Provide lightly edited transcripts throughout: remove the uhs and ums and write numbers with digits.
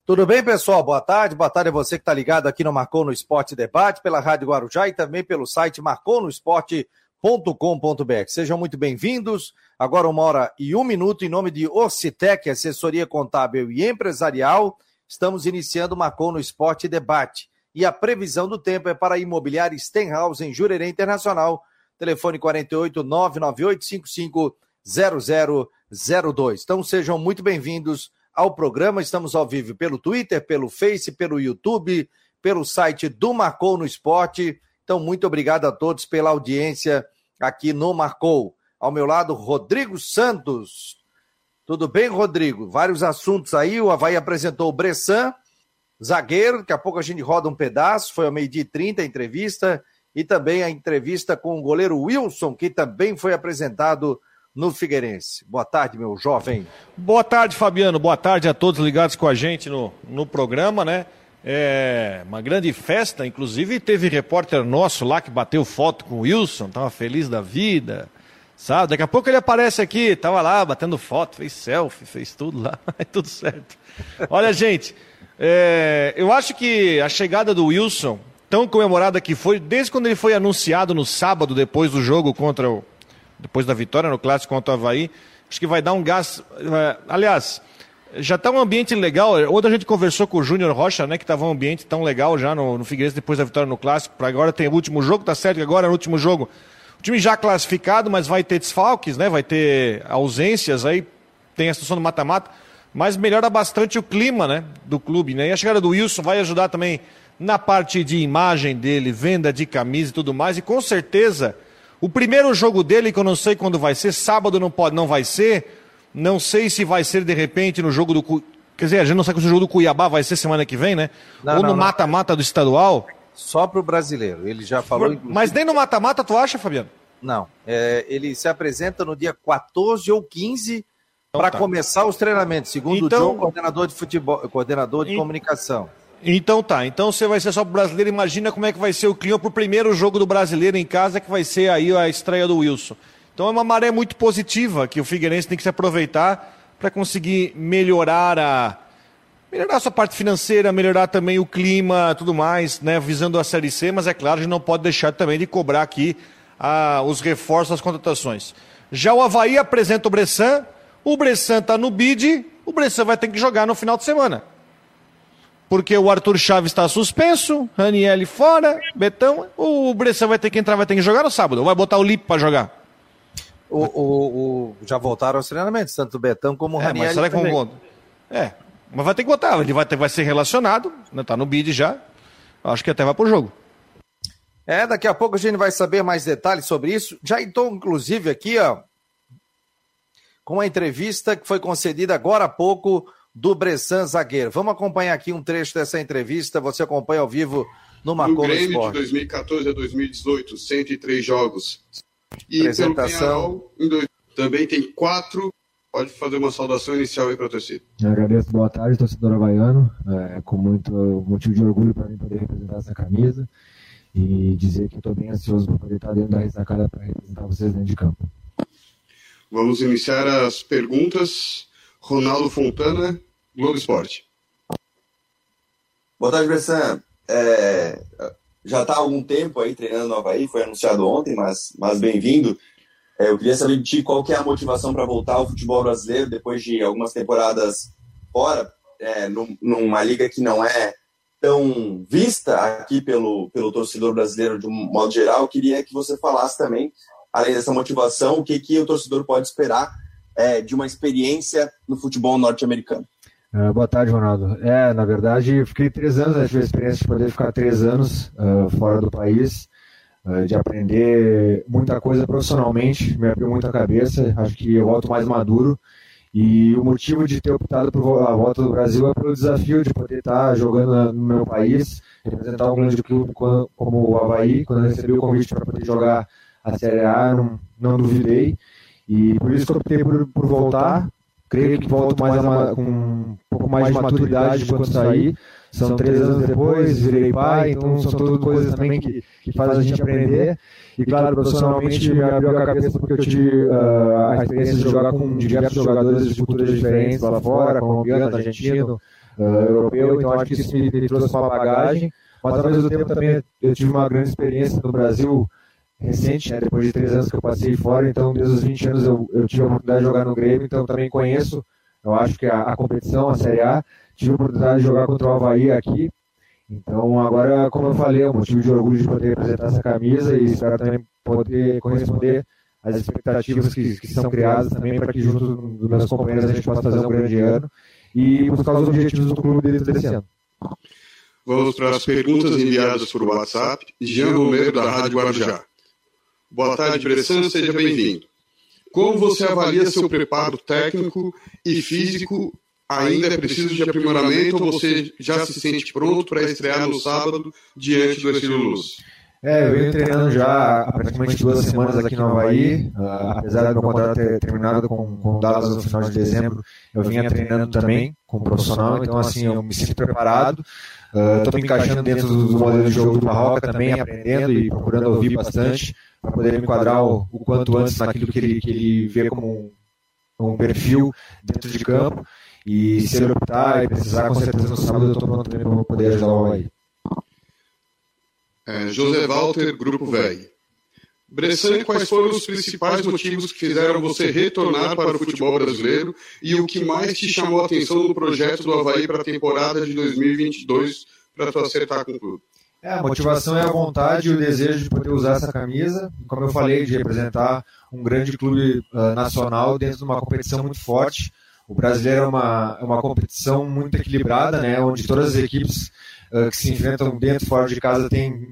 Tudo bem, pessoal? Boa tarde a você que está ligado aqui no Marcou no Esporte Debate, pela Rádio Guarujá e também pelo site marconosport.com.br. Sejam muito bem-vindos. Agora 1h01, em nome de Orcitec, assessoria contábil e empresarial, estamos iniciando o Marcou no Esporte Debate. E a previsão do tempo é para a Imobiliária Stenhouse em Jurerê Internacional, telefone 48-998-55-0002. Então sejam muito bem-vindos ao programa. Estamos ao vivo pelo Twitter, pelo Face, pelo YouTube, pelo site do Marcou no Esporte. Então, muito obrigado a todos pela audiência aqui no Marcou. Ao meu lado, Rodrigo Santos. Tudo bem, Rodrigo? Vários assuntos aí. O Avaí apresentou o Bressan, zagueiro. Daqui a pouco a gente roda um pedaço. Foi ao 12h30 a entrevista. E também a entrevista com o goleiro Wilson, que também foi apresentado no Figueirense. Boa tarde, meu jovem. Boa tarde, Fabiano. Boa tarde a todos ligados com a gente no programa, né? É uma grande festa, inclusive teve repórter nosso lá que bateu foto com o Wilson, tava feliz da vida, sabe? Daqui a pouco ele aparece aqui, tava lá batendo foto, fez selfie, fez tudo lá, tudo certo. Olha, gente, eu acho que a chegada do Wilson, tão comemorada que foi, desde quando ele foi anunciado no sábado, depois do jogo depois da vitória no clássico contra o Avaí, acho que vai dar um gás. Aliás, já está um ambiente legal. Ontem a gente conversou com o Júnior Rocha, né, que estava um ambiente tão legal já no Figueirense depois da vitória no clássico. Para agora tem o último jogo, tá certo que agora no último jogo o time já classificado, mas vai ter desfalques, né, vai ter ausências, aí tem a situação do mata-mata, mas melhora bastante o clima, né, do clube, né? E a chegada do Wilson vai ajudar também na parte de imagem dele, venda de camisa e tudo mais, e com certeza o primeiro jogo dele, que eu não sei quando vai ser, sábado não vai ser, não sei se vai ser de repente no jogo do... Quer dizer, a gente não sabe se o jogo do Cuiabá vai ser semana que vem, né? Ou no mata-mata do estadual. Só pro brasileiro, ele já falou... Mas nem no mata-mata tu acha, Fabiano? Não, ele se apresenta no dia 14 ou 15 para começar os treinamentos, segundo o John, coordenador de futebol, coordenador de comunicação. Então tá, então você vai ser só pro brasileiro, imagina como é que vai ser o clima pro primeiro jogo do brasileiro em casa, que vai ser aí a estreia do Wilson. Então é uma maré muito positiva que o Figueirense tem que se aproveitar para conseguir melhorar a sua parte financeira, melhorar também o clima, tudo mais, né, visando a Série C, mas é claro, a gente não pode deixar também de cobrar aqui os reforços das contratações. Já o Avaí apresenta o Bressan tá no bid, o Bressan vai ter que jogar no final de semana. Porque o Arthur Chaves está suspenso, Raniel fora, Betão, o Bressan vai ter que entrar, vai ter que jogar no sábado, ou vai botar o Lipe para jogar? Já voltaram aos treinamentos, tanto o Betão como o Raniel. Mas será que mas vai ter que botar, ele vai ser relacionado, né, tá no bid já, acho que até vai pro jogo. Daqui a pouco a gente vai saber mais detalhes sobre isso. Já estou, inclusive, aqui, com a entrevista que foi concedida agora há pouco do Bressan zagueiro. Vamos acompanhar aqui um trecho dessa entrevista, você acompanha ao vivo no Marcou no Esporte. No Grêmio de 2014 a 2018, 103 jogos. E apresentação. Pelo Penharol, também tem 4. Pode fazer uma saudação inicial aí para a torcida. Eu agradeço, boa tarde, torcedor havaiano. Com muito motivo de orgulho para mim poder representar essa camisa e dizer que estou bem ansioso para poder estar dentro da ressacada para representar vocês dentro de campo. Vamos iniciar as perguntas. Ronaldo Fontana, Globo Esporte. Boa tarde, Bressan. Já está há algum tempo aí treinando no Avaí, foi anunciado ontem, mas bem-vindo. Eu queria saber de ti qual que é a motivação para voltar ao futebol brasileiro depois de algumas temporadas fora, numa liga que não é tão vista aqui pelo torcedor brasileiro de um modo geral. Eu queria que você falasse também, além dessa motivação, o que o torcedor pode esperar de uma experiência no futebol norte-americano. Boa tarde, Ronaldo. Na verdade, eu fiquei 3 anos, tive a experiência de poder ficar 3 anos fora do país, de aprender muita coisa profissionalmente, me abriu muito a cabeça, acho que eu volto mais maduro, e o motivo de ter optado por a volta do Brasil é pelo desafio de poder estar jogando no meu país, representar um grande clube como o Avaí. Quando eu recebi o convite para poder jogar a Série A, não duvidei, e por isso que eu optei por voltar. Creio que volto com um pouco mais de maturidade de quando saí. São 3 anos depois, virei pai, então são todas coisas também que fazem a gente aprender. E claro, profissionalmente me abriu a cabeça porque eu tive a experiência de jogar com diversos jogadores de culturas diferentes lá fora, colombiano, argentino, europeu, então acho que isso me trouxe uma bagagem, mas ao mesmo tempo também eu tive uma grande experiência no Brasil recente, né, depois de 3 anos que eu passei fora, então desde os 20 anos eu tive a oportunidade de jogar no Grêmio, então também conheço, eu acho que a competição, a Série A, tive a oportunidade de jogar contra o Avaí aqui, então agora, como eu falei, é um motivo de orgulho de poder apresentar essa camisa e espero também poder corresponder às expectativas que são criadas também para que junto dos meus companheiros a gente possa fazer um grande ano e buscar os objetivos do clube dentro desse ano. Vamos para as perguntas enviadas por WhatsApp. Jean Romero, da Rádio Guarujá. Boa tarde, Bressan, seja bem-vindo. Como você avalia seu preparo técnico e físico? Ainda é preciso de aprimoramento ou você já se sente pronto para estrear no sábado diante do Ercílio Luz? Eu venho treinando já há praticamente 2 semanas aqui no Avaí, apesar do meu contrato ter terminado com o Dallas no final de dezembro, eu vinha treinando também como profissional, então assim, eu me sinto preparado, estou me encaixando dentro do modelo de jogo do Barroca também, aprendendo e procurando ouvir bastante, para poder me enquadrar o quanto antes naquilo que ele vê como um perfil dentro de campo, e se ele optar e precisar, com certeza no sábado eu estou pronto também para poder ajudar o Avaí. José Walter, Grupo VEG. Bressan, quais foram os principais motivos que fizeram você retornar para o futebol brasileiro e o que mais te chamou a atenção no projeto do Avaí para a temporada de 2022 para tu acertar com o clube? A motivação é a vontade e o desejo de poder usar essa camisa, como eu falei, de representar um grande clube nacional dentro de uma competição muito forte. O brasileiro é uma competição muito equilibrada, né, onde todas as equipes que se enfrentam dentro e fora de casa têm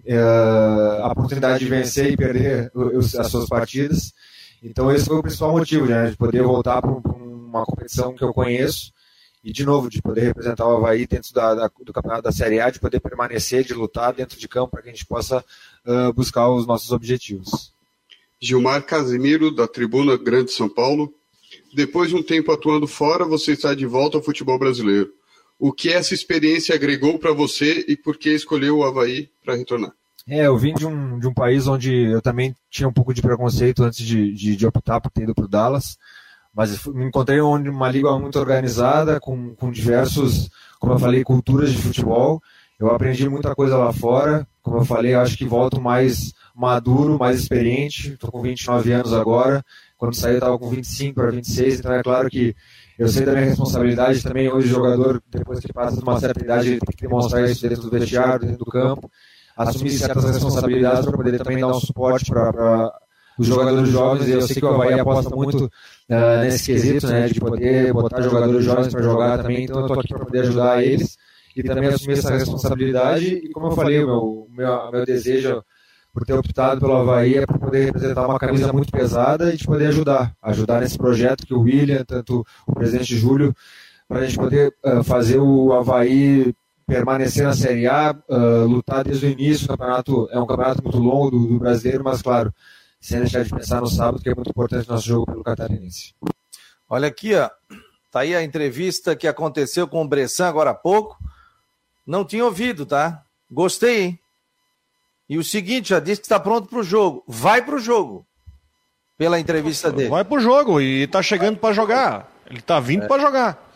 a oportunidade de vencer e perder as suas partidas. Então esse foi o principal motivo, né, de poder voltar para uma competição que eu conheço e, de novo, de poder representar o Avaí dentro do campeonato da Série A, de poder permanecer, de lutar dentro de campo para que a gente possa buscar os nossos objetivos. Gilmar Casimiro, da Tribuna Grande São Paulo. Depois de um tempo atuando fora, você está de volta ao futebol brasileiro. O que essa experiência agregou para você e por que escolheu o Avaí para retornar? Eu vim de um país onde eu também tinha um pouco de preconceito antes de optar por ter ido para o Dallas, mas me encontrei uma liga muito organizada, com diversos, como eu falei, culturas de futebol. Eu aprendi muita coisa lá fora, como eu falei, eu acho que volto mais maduro, mais experiente, estou com 29 anos agora, quando saí eu estava com 25 para 26, então é claro que eu sei da minha responsabilidade também. Hoje o jogador, depois que passa de uma certa idade, ele tem que demonstrar isso dentro do vestiário, dentro do campo, assumir certas responsabilidades para poder também dar um suporte para os jogadores jovens. E eu sei que o Avaí aposta muito nesse quesito, né, de poder botar jogadores jovens para jogar também, então eu estou aqui para poder ajudar eles e também assumir essa responsabilidade. E como eu falei, o meu desejo por ter optado pelo Avaí é para poder representar uma camisa muito pesada e de poder ajudar nesse projeto que o William, tanto o presidente Júlio, para a gente poder fazer o Avaí permanecer na Série A, lutar desde o início. O campeonato é um campeonato muito longo do brasileiro, mas claro, sem deixar de pensar no sábado, que é muito importante o nosso jogo pelo Catarinense. Olha aqui, ó, tá aí a entrevista que aconteceu com o Bressan agora há pouco. Não tinha ouvido, tá? Gostei, hein? E o seguinte, já disse que está pronto para o jogo. Vai para o jogo. Pela entrevista dele. Vai para o jogo e está chegando para jogar. Ele está vindo para jogar.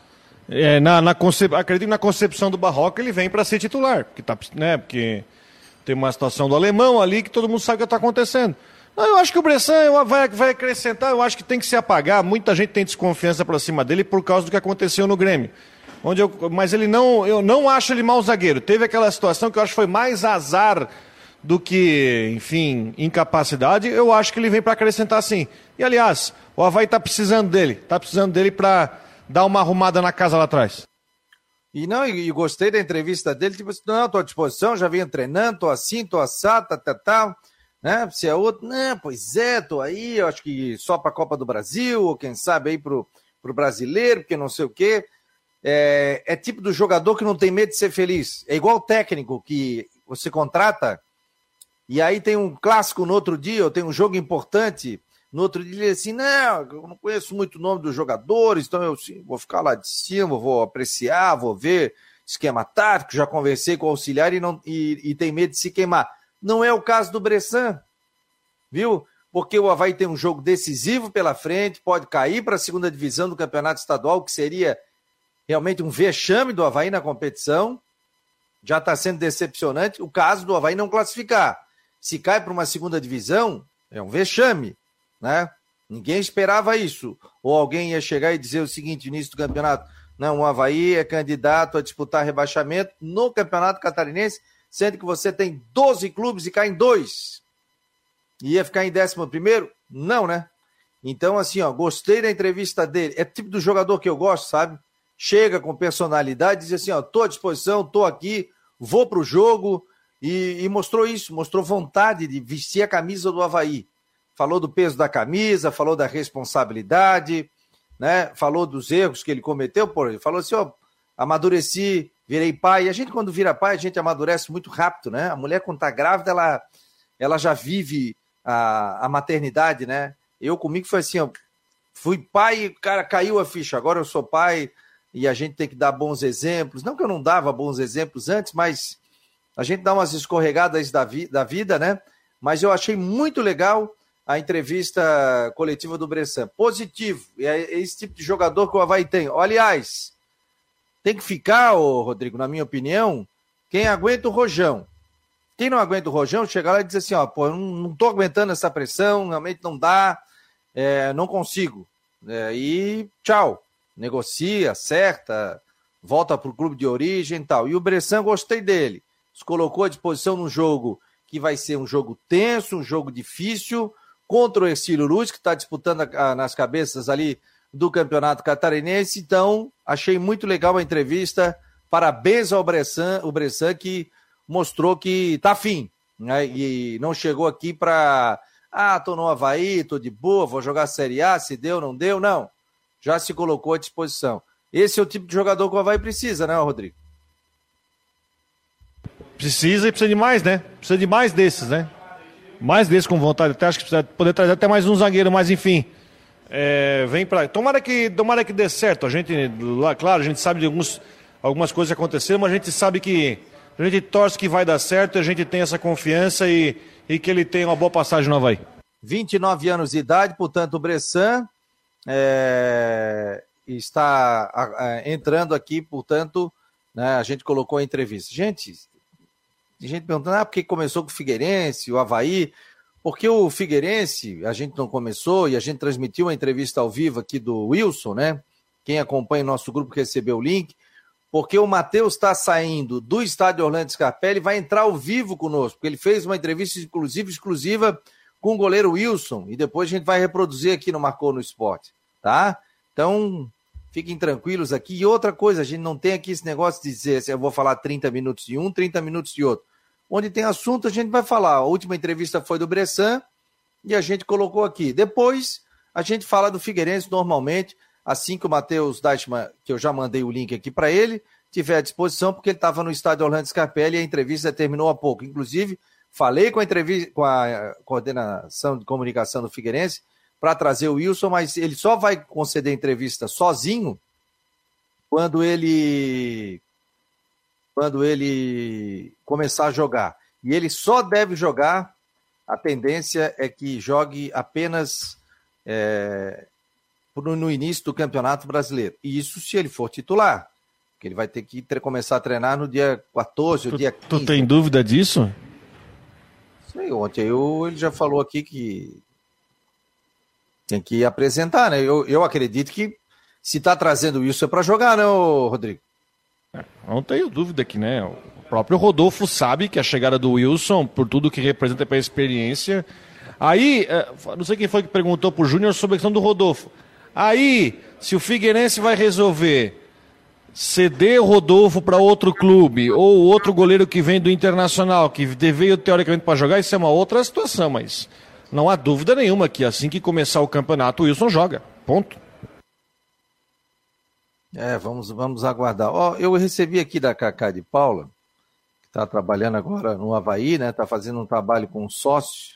Acredito na concepção do Barroca, ele vem para ser titular. Porque tem uma situação do alemão ali que todo mundo sabe o que está acontecendo. Não, eu acho que o Bressan vai acrescentar, eu acho que tem que se apagar. Muita gente tem desconfiança para cima dele por causa do que aconteceu no Grêmio. Mas eu não acho ele mau zagueiro. Teve aquela situação que eu acho que foi mais azar do que, enfim, incapacidade. Eu acho que ele vem para acrescentar sim. E, aliás, o Avaí está precisando dele para dar uma arrumada na casa lá atrás. E gostei da entrevista dele, tipo assim, não, estou à disposição, já venho treinando, estou assim, estou assado, tal, né, se é outro, não, pois é, estou aí, eu acho que só para a Copa do Brasil, ou quem sabe aí pro brasileiro, porque não sei o quê. É tipo do jogador que não tem medo de ser feliz. É igual o técnico que você contrata, e aí tem um clássico no outro dia, ou tem um jogo importante, no outro dia ele diz assim, não, eu não conheço muito o nome dos jogadores, então eu sim, vou ficar lá de cima, vou apreciar, vou ver esquema tático, já conversei com o auxiliar e tem medo de se queimar. Não é o caso do Bressan, viu? Porque o Avaí tem um jogo decisivo pela frente, pode cair para a segunda divisão do campeonato estadual, que seria realmente um vexame do Avaí na competição, já está sendo decepcionante o caso do Avaí não classificar. Se cai para uma segunda divisão, é um vexame, né? Ninguém esperava isso. Ou alguém ia chegar e dizer o seguinte, início do campeonato, não, o Avaí é candidato a disputar rebaixamento no Campeonato Catarinense, sendo que você tem 12 clubes e cai em 2. Ia ficar em 11º? Não, né? Então, assim, ó, gostei da entrevista dele. É o tipo do jogador que eu gosto, sabe? Chega com personalidade, diz assim, ó, tô à disposição, tô aqui, vou pro jogo, e mostrou isso, mostrou vontade de vestir a camisa do Avaí. Falou do peso da camisa, falou da responsabilidade, né? Falou dos erros que ele cometeu, pô, ele falou assim, ó, amadureci, virei pai. E a gente, quando vira pai, a gente amadurece muito rápido, né? A mulher, quando tá grávida, ela já vive a maternidade, né? Eu, comigo, foi assim, ó, fui pai, cara, caiu a ficha, agora eu sou pai, e a gente tem que dar bons exemplos. Não que eu não dava bons exemplos antes, mas a gente dá umas escorregadas da vida, né? Mas eu achei muito legal a entrevista coletiva do Bressan. Positivo. É esse tipo de jogador que o Avaí tem. Aliás, tem que ficar, Rodrigo, na minha opinião, quem aguenta o rojão. Quem não aguenta o rojão, chega lá e diz assim, ó, pô, eu não tô aguentando essa pressão, realmente não dá, não consigo. E tchau. Negocia, acerta, volta pro clube de origem e tal. E o Bressan, gostei dele. Se colocou à disposição num jogo que vai ser um jogo tenso, um jogo difícil, contra o Ercílio Luz, que está disputando nas cabeças ali do Campeonato Catarinense. Então, achei muito legal a entrevista. Parabéns ao Bressan, o Bressan que mostrou que tá afim, né? E não chegou aqui para tô no Avaí, tô de boa, vou jogar Série A, se deu, não deu, não. Já se colocou à disposição. Esse é o tipo de jogador que o Avaí precisa, né, Rodrigo? Precisa e precisa de mais, né? Precisa de mais desses, né? Mais desses com vontade. Até acho que precisa poder trazer até mais um zagueiro, mas enfim. Vem pra. Tomara que dê certo. A gente, lá, claro, a gente sabe de algumas coisas que aconteceram, mas a gente sabe que. A gente torce que vai dar certo, a gente tem essa confiança e que ele tenha uma boa passagem no Avaí. 29 anos de idade, portanto, o Bressan está entrando aqui, portanto, né, a gente colocou a entrevista. Gente perguntando, por que começou com o Figueirense, o Avaí? Porque o Figueirense, a gente não começou e a gente transmitiu uma entrevista ao vivo aqui do Wilson, né? Quem acompanha o nosso grupo recebeu o link, porque o Matheus está saindo do estádio Orlando Scarpelli e vai entrar ao vivo conosco, porque ele fez uma entrevista exclusiva com o goleiro Wilson, e depois a gente vai reproduzir aqui no Marcou no Esporte, tá? Então, fiquem tranquilos aqui. E outra coisa, a gente não tem aqui esse negócio de dizer assim, eu vou falar 30 minutos de um, 30 minutos de outro. Onde tem assunto, a gente vai falar. A última entrevista foi do Bressan e a gente colocou aqui. Depois, a gente fala do Figueirense normalmente, assim que o Matheus Deichmann, que eu já mandei o link aqui para ele, tiver à disposição, porque ele estava no estádio Orlando Scarpelli e a entrevista terminou há pouco. Inclusive, falei com a coordenação de comunicação do Figueirense para trazer o Wilson, mas ele só vai conceder entrevista sozinho quando ele começar a jogar. E ele só deve jogar, a tendência é que jogue apenas no início do Campeonato Brasileiro. E isso se ele for titular, porque ele vai ter que começar a treinar no dia 14 ou dia 15. Tu tem dúvida disso? Sei, ontem ele já falou aqui que tem que apresentar, né? Eu acredito que se está trazendo isso é para jogar, né, Rodrigo? Não tenho dúvida que, né? O próprio Rodolfo sabe que a chegada do Wilson, por tudo que representa para a experiência. Aí, não sei quem foi que perguntou pro Júnior sobre a questão do Rodolfo. Aí, se o Figueirense vai resolver ceder o Rodolfo para outro clube, ou outro goleiro que vem do Internacional, que veio teoricamente para jogar, isso é uma outra situação, mas não há dúvida nenhuma que assim que começar o campeonato, o Wilson joga. Ponto. Vamos aguardar. Eu recebi aqui da Cacá de Paula, que está trabalhando agora no Avaí, né? Está fazendo um trabalho com um sócio,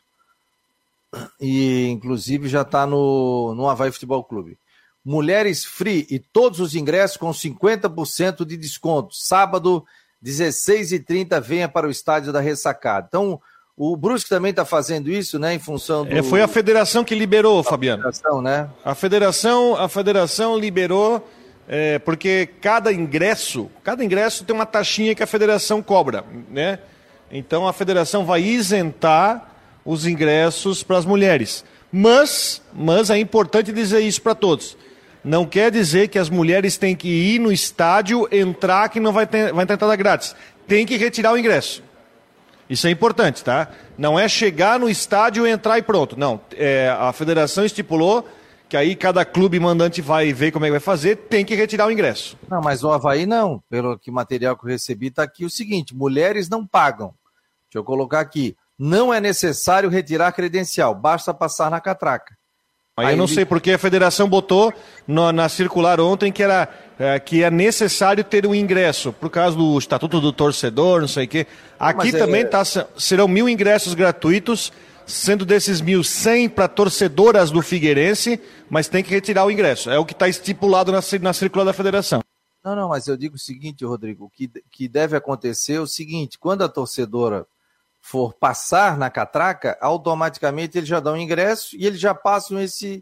e inclusive já está no Avaí Futebol Clube. Mulheres Free e todos os ingressos com 50% de desconto. Sábado, 16h30, venha para o estádio da Ressacada. Então, o Brusque também está fazendo isso, né, em função do... Foi a federação que liberou, Fabiano. Federação, né? A federação liberou porque cada ingresso tem uma taxinha que a federação cobra, né? Então a federação vai isentar os ingressos para as mulheres. Mas é importante dizer isso para todos. Não quer dizer que as mulheres têm que ir no estádio, entrar, que não vai ter entrada grátis. Tem que retirar o ingresso. Isso é importante, tá? Não é chegar no estádio, entrar e pronto. Não, a federação estipulou que aí cada clube mandante vai ver como é que vai fazer, tem que retirar o ingresso. Não, mas o Avaí não. Pelo que material que eu recebi, está aqui o seguinte: mulheres não pagam. Deixa eu colocar aqui. Não é necessário retirar credencial, basta passar na catraca. Aí eu não sei porque a federação botou na circular ontem que é necessário ter o ingresso, por causa do estatuto do torcedor, não sei o quê. Aqui também serão 1.000 ingressos gratuitos, sendo desses 1.100 para torcedoras do Figueirense, mas tem que retirar o ingresso. É o que está estipulado na circular da federação. Não, mas eu digo o seguinte, Rodrigo, o que deve acontecer é o seguinte: quando a torcedora for passar na catraca, automaticamente eles já dão o ingresso e eles já passam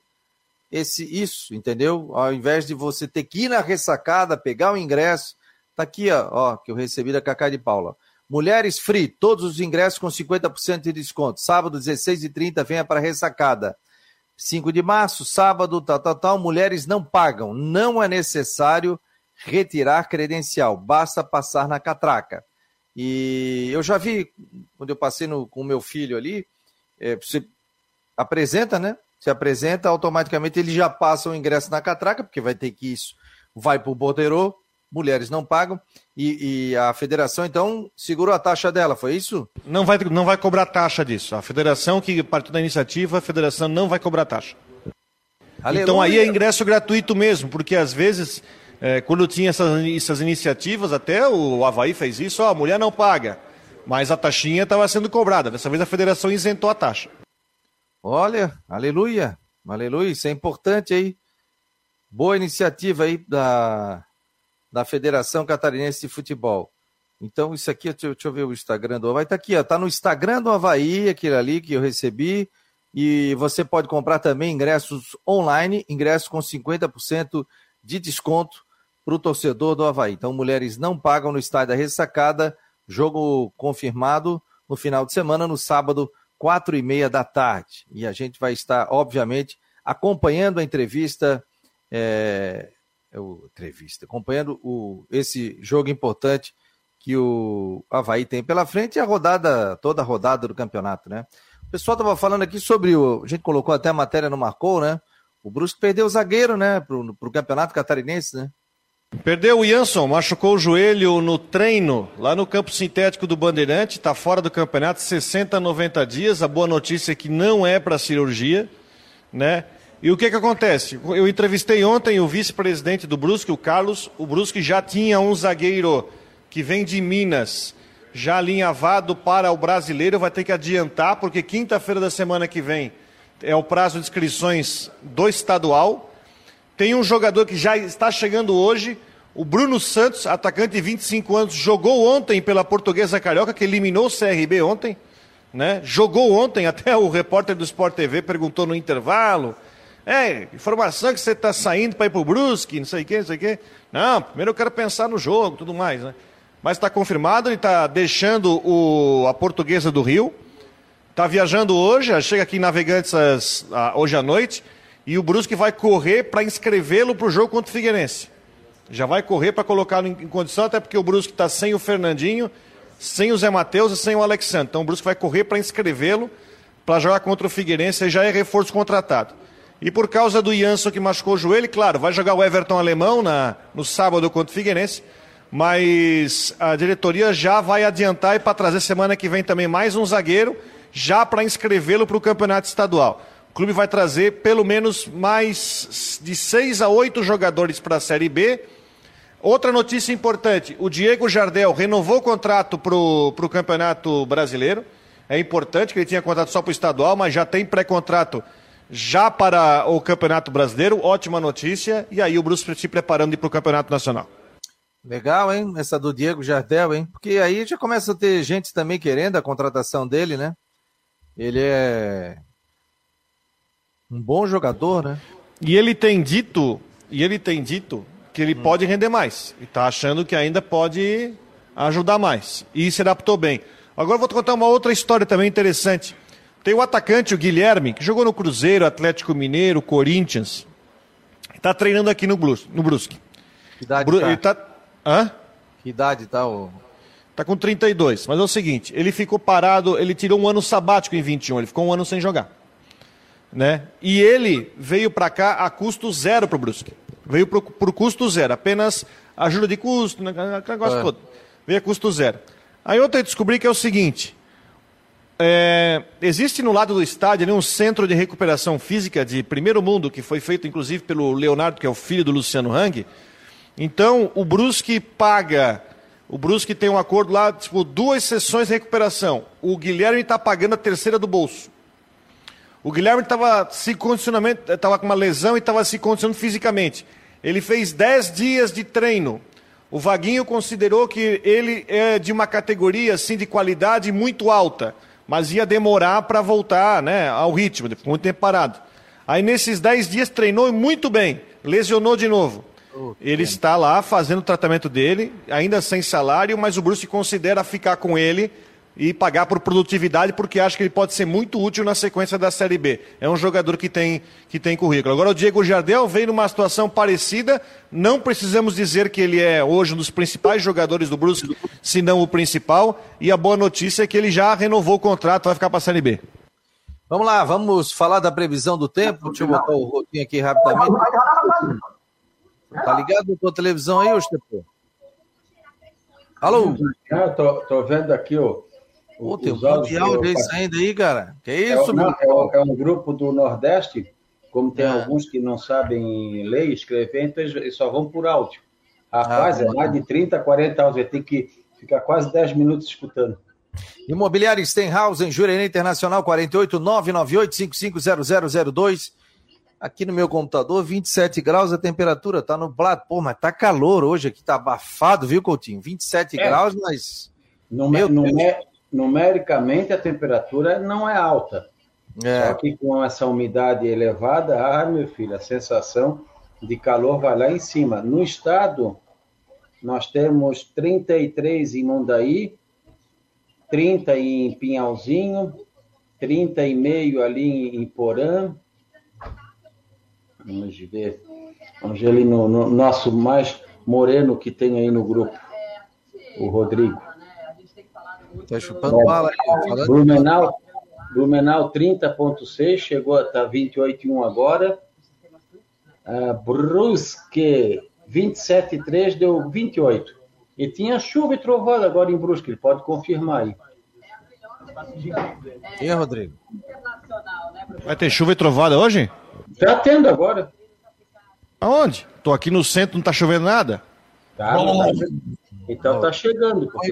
isso, entendeu? Ao invés de você ter que ir na ressacada, pegar o ingresso, tá aqui, ó, que eu recebi da Cacá de Paula. Mulheres free, todos os ingressos com 50% de desconto. Sábado, 16h30, venha para a ressacada. 5 de março, sábado, tal, mulheres não pagam. Não é necessário retirar credencial, basta passar na catraca. E eu já vi, quando eu passei com o meu filho ali, você apresenta, né? Se apresenta, automaticamente ele já passa o ingresso na catraca, porque vai ter que isso, vai para o borderô, mulheres não pagam, e a federação, então, segurou a taxa dela, foi isso? Não vai cobrar taxa disso. A federação que partiu da iniciativa, a federação não vai cobrar taxa. Aleluia. Então aí é ingresso gratuito mesmo, porque às vezes... quando tinha essas iniciativas, até o Avaí fez isso, a mulher não paga, mas a taxinha estava sendo cobrada. Dessa vez a federação isentou a taxa. Olha, aleluia, isso é importante aí. Boa iniciativa aí da Federação Catarinense de Futebol. Então isso aqui, deixa eu ver o Instagram do Avaí, tá aqui, ó, tá no Instagram do Avaí, aquele ali que eu recebi, e você pode comprar também ingressos online, ingressos com 50% de desconto para o torcedor do Avaí. Então, mulheres não pagam no estádio da Ressacada, jogo confirmado no final de semana, no sábado, 4h30 da tarde. E a gente vai estar, obviamente, acompanhando a entrevista, acompanhando esse jogo importante que o Avaí tem pela frente e toda a rodada do campeonato, né? O pessoal estava falando aqui sobre a gente colocou até a matéria no Marcou, né? O Brusque perdeu o zagueiro, né, pro Campeonato Catarinense, né? Perdeu o Jansson, machucou o joelho no treino, lá no campo sintético do Bandeirante, está fora do campeonato, 60 a 90 dias. A boa notícia é que não é para cirurgia, né? E o que acontece? Eu entrevistei ontem o vice-presidente do Brusque, o Carlos. O Brusque já tinha um zagueiro que vem de Minas, já alinhavado para o brasileiro, vai ter que adiantar, porque quinta-feira da semana que vem é o prazo de inscrições do estadual. Tem um jogador que já está chegando hoje, o Bruno Santos, atacante de 25 anos, jogou ontem pela Portuguesa Carioca, que eliminou o CRB ontem, né? Jogou ontem, até o repórter do Sport TV perguntou no intervalo, informação que você está saindo para ir para o Brusque, não sei o quê. Não, primeiro eu quero pensar no jogo, tudo mais, né? Mas está confirmado, ele está deixando a Portuguesa do Rio, está viajando hoje, chega aqui em Navegantes hoje à noite, e o Brusque vai correr para inscrevê-lo para o jogo contra o Figueirense. Já vai correr para colocá-lo em condição, até porque o Brusque está sem o Fernandinho, sem o Zé Matheus e sem o Alexandre. Então o Brusque vai correr para inscrevê-lo para jogar contra o Figueirense, e já é reforço contratado. E por causa do Jansson que machucou o joelho, claro, vai jogar o Everton Alemão no sábado contra o Figueirense, mas a diretoria já vai adiantar e para trazer semana que vem também mais um zagueiro, já para inscrevê-lo para o campeonato estadual. O clube vai trazer pelo menos mais de 6 a 8 jogadores para a Série B. Outra notícia importante, o Diego Jardel renovou o contrato para o Campeonato Brasileiro. É importante que ele tinha contrato só para o estadual, mas já tem pré-contrato já para o Campeonato Brasileiro. Ótima notícia. E aí o Brusque se preparando para o Campeonato Nacional. Legal, hein? Essa do Diego Jardel, hein? Porque aí já começa a ter gente também querendo a contratação dele, né? Ele é um bom jogador, né? E ele tem dito que ele pode render mais. E está achando que ainda pode ajudar mais. E se adaptou bem. Agora eu vou te contar uma outra história também interessante. Tem o atacante, o Guilherme, que jogou no Cruzeiro, Atlético Mineiro, Corinthians. Está treinando aqui no Brusque. Que idade Que idade tá o... Tá com 32, mas é o seguinte, ele ficou parado, ele tirou um ano sabático em 21, ele ficou um ano sem jogar. Né? E ele veio para cá a custo zero pro Brusque. Veio por custo zero, apenas ajuda de custo, negócio todo. Veio a custo zero. Aí ontem eu descobri que é o seguinte, existe no lado do estádio ali um centro de recuperação física de primeiro mundo, que foi feito inclusive pelo Leonardo, que é o filho do Luciano Hang. Então o Brusque tem um acordo lá, tipo, 2 sessões de recuperação. O Guilherme está pagando a terceira do bolso. O Guilherme estava com uma lesão e estava se condicionando fisicamente. Ele fez 10 dias de treino. O Vaguinho considerou que ele é de uma categoria assim, de qualidade muito alta, mas ia demorar para voltar, né, ao ritmo, ficou muito tempo parado. Aí nesses 10 dias treinou muito bem, lesionou de novo. Ele está lá fazendo o tratamento dele, ainda sem salário, mas o Brusque considera ficar com ele e pagar por produtividade, porque acha que ele pode ser muito útil na sequência da Série B. É um jogador que tem currículo. Agora o Diego Jardel veio numa situação parecida, não precisamos dizer que ele é hoje um dos principais jogadores do Brusque, se não o principal, e a boa notícia é que ele já renovou o contrato, vai ficar para a Série B. Vamos lá, vamos falar da previsão do tempo. Deixa eu botar o rotinho aqui rapidamente. Tá ligado na tua televisão aí, Ostepô? Alô? Tô vendo aqui, tem um mundial desse ainda aí, cara. Que isso, é um grupo do Nordeste, como tem alguns que não sabem ler e escrever, então eles só vão por áudio. Rapaz, é mais de 30, 40 áudios, tem que ficar quase 10 minutos escutando. Imobiliária Stenhouse, em Jurerê Internacional, 48998550002. Aqui no meu computador, 27 graus a temperatura, tá nublado. Pô, mas tá calor hoje aqui, tá abafado, viu, Coutinho? 27 graus, mas... Numericamente, a temperatura não é alta. Só que com essa umidade elevada, meu filho, a sensação de calor vai lá em cima. No estado, nós temos 33 em Mundaí, 30 em Pinhalzinho, 30,5 ali em Porã. Vamos ver ali no nosso mais moreno que tem aí no grupo, o Rodrigo. Tá chupando bala aí. Blumenau 30,6, chegou a estar 28,1 agora. Brusque 27,3, deu 28. E tinha chuva e trovada agora em Brusque, ele pode confirmar aí. E aí, Rodrigo? Vai ter chuva e trovada hoje? Tá tendo agora. Aonde? Tô aqui no centro, não tá chovendo nada? Tá, então tá chegando, porque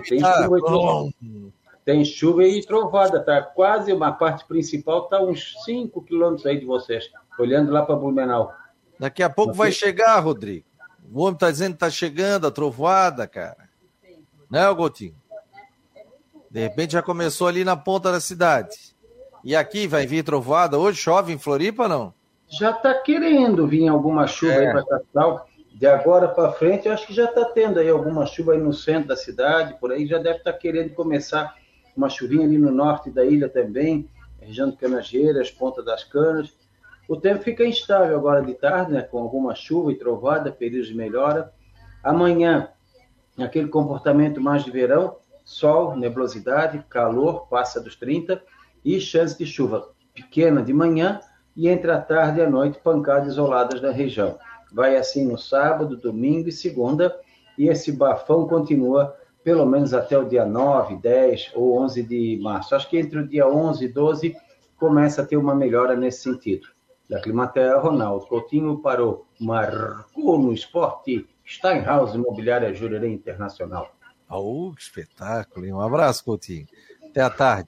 tem chuva e trovada, tá quase, uma parte principal tá uns 5 quilômetros aí de vocês, olhando lá para Blumenau. Daqui a pouco vai chegar, Rodrigo. O homem tá dizendo que tá chegando a trovoada, cara. Né, Coutinho? De repente já começou ali na ponta da cidade. E aqui vai vir trovoada? Hoje chove em Floripa, não? Já está querendo vir alguma chuva aí para a capital. De agora para frente, eu acho que já está tendo aí alguma chuva aí no centro da cidade, por aí já deve estar querendo começar uma chuvinha ali no norte da ilha também, região de Canageiras, Ponta das Canas. O tempo fica instável agora de tarde, né, com alguma chuva e trovada, períodos de melhora. Amanhã, aquele comportamento mais de verão, sol, nebulosidade, calor, passa dos 30 e chance de chuva pequena de manhã, e entre a tarde e a noite, pancadas isoladas na região. Vai assim no sábado, domingo e segunda, e esse bafão continua pelo menos até o dia 9, 10 ou 11 de março. Acho que entre o dia 11 e 12 começa a ter uma melhora nesse sentido. Da Climaterra, Ronaldo Coutinho parou, marcou no esporte, Steinhaus Imobiliária Jurerê Internacional. Que espetáculo, hein? Um abraço, Coutinho. Até a tarde.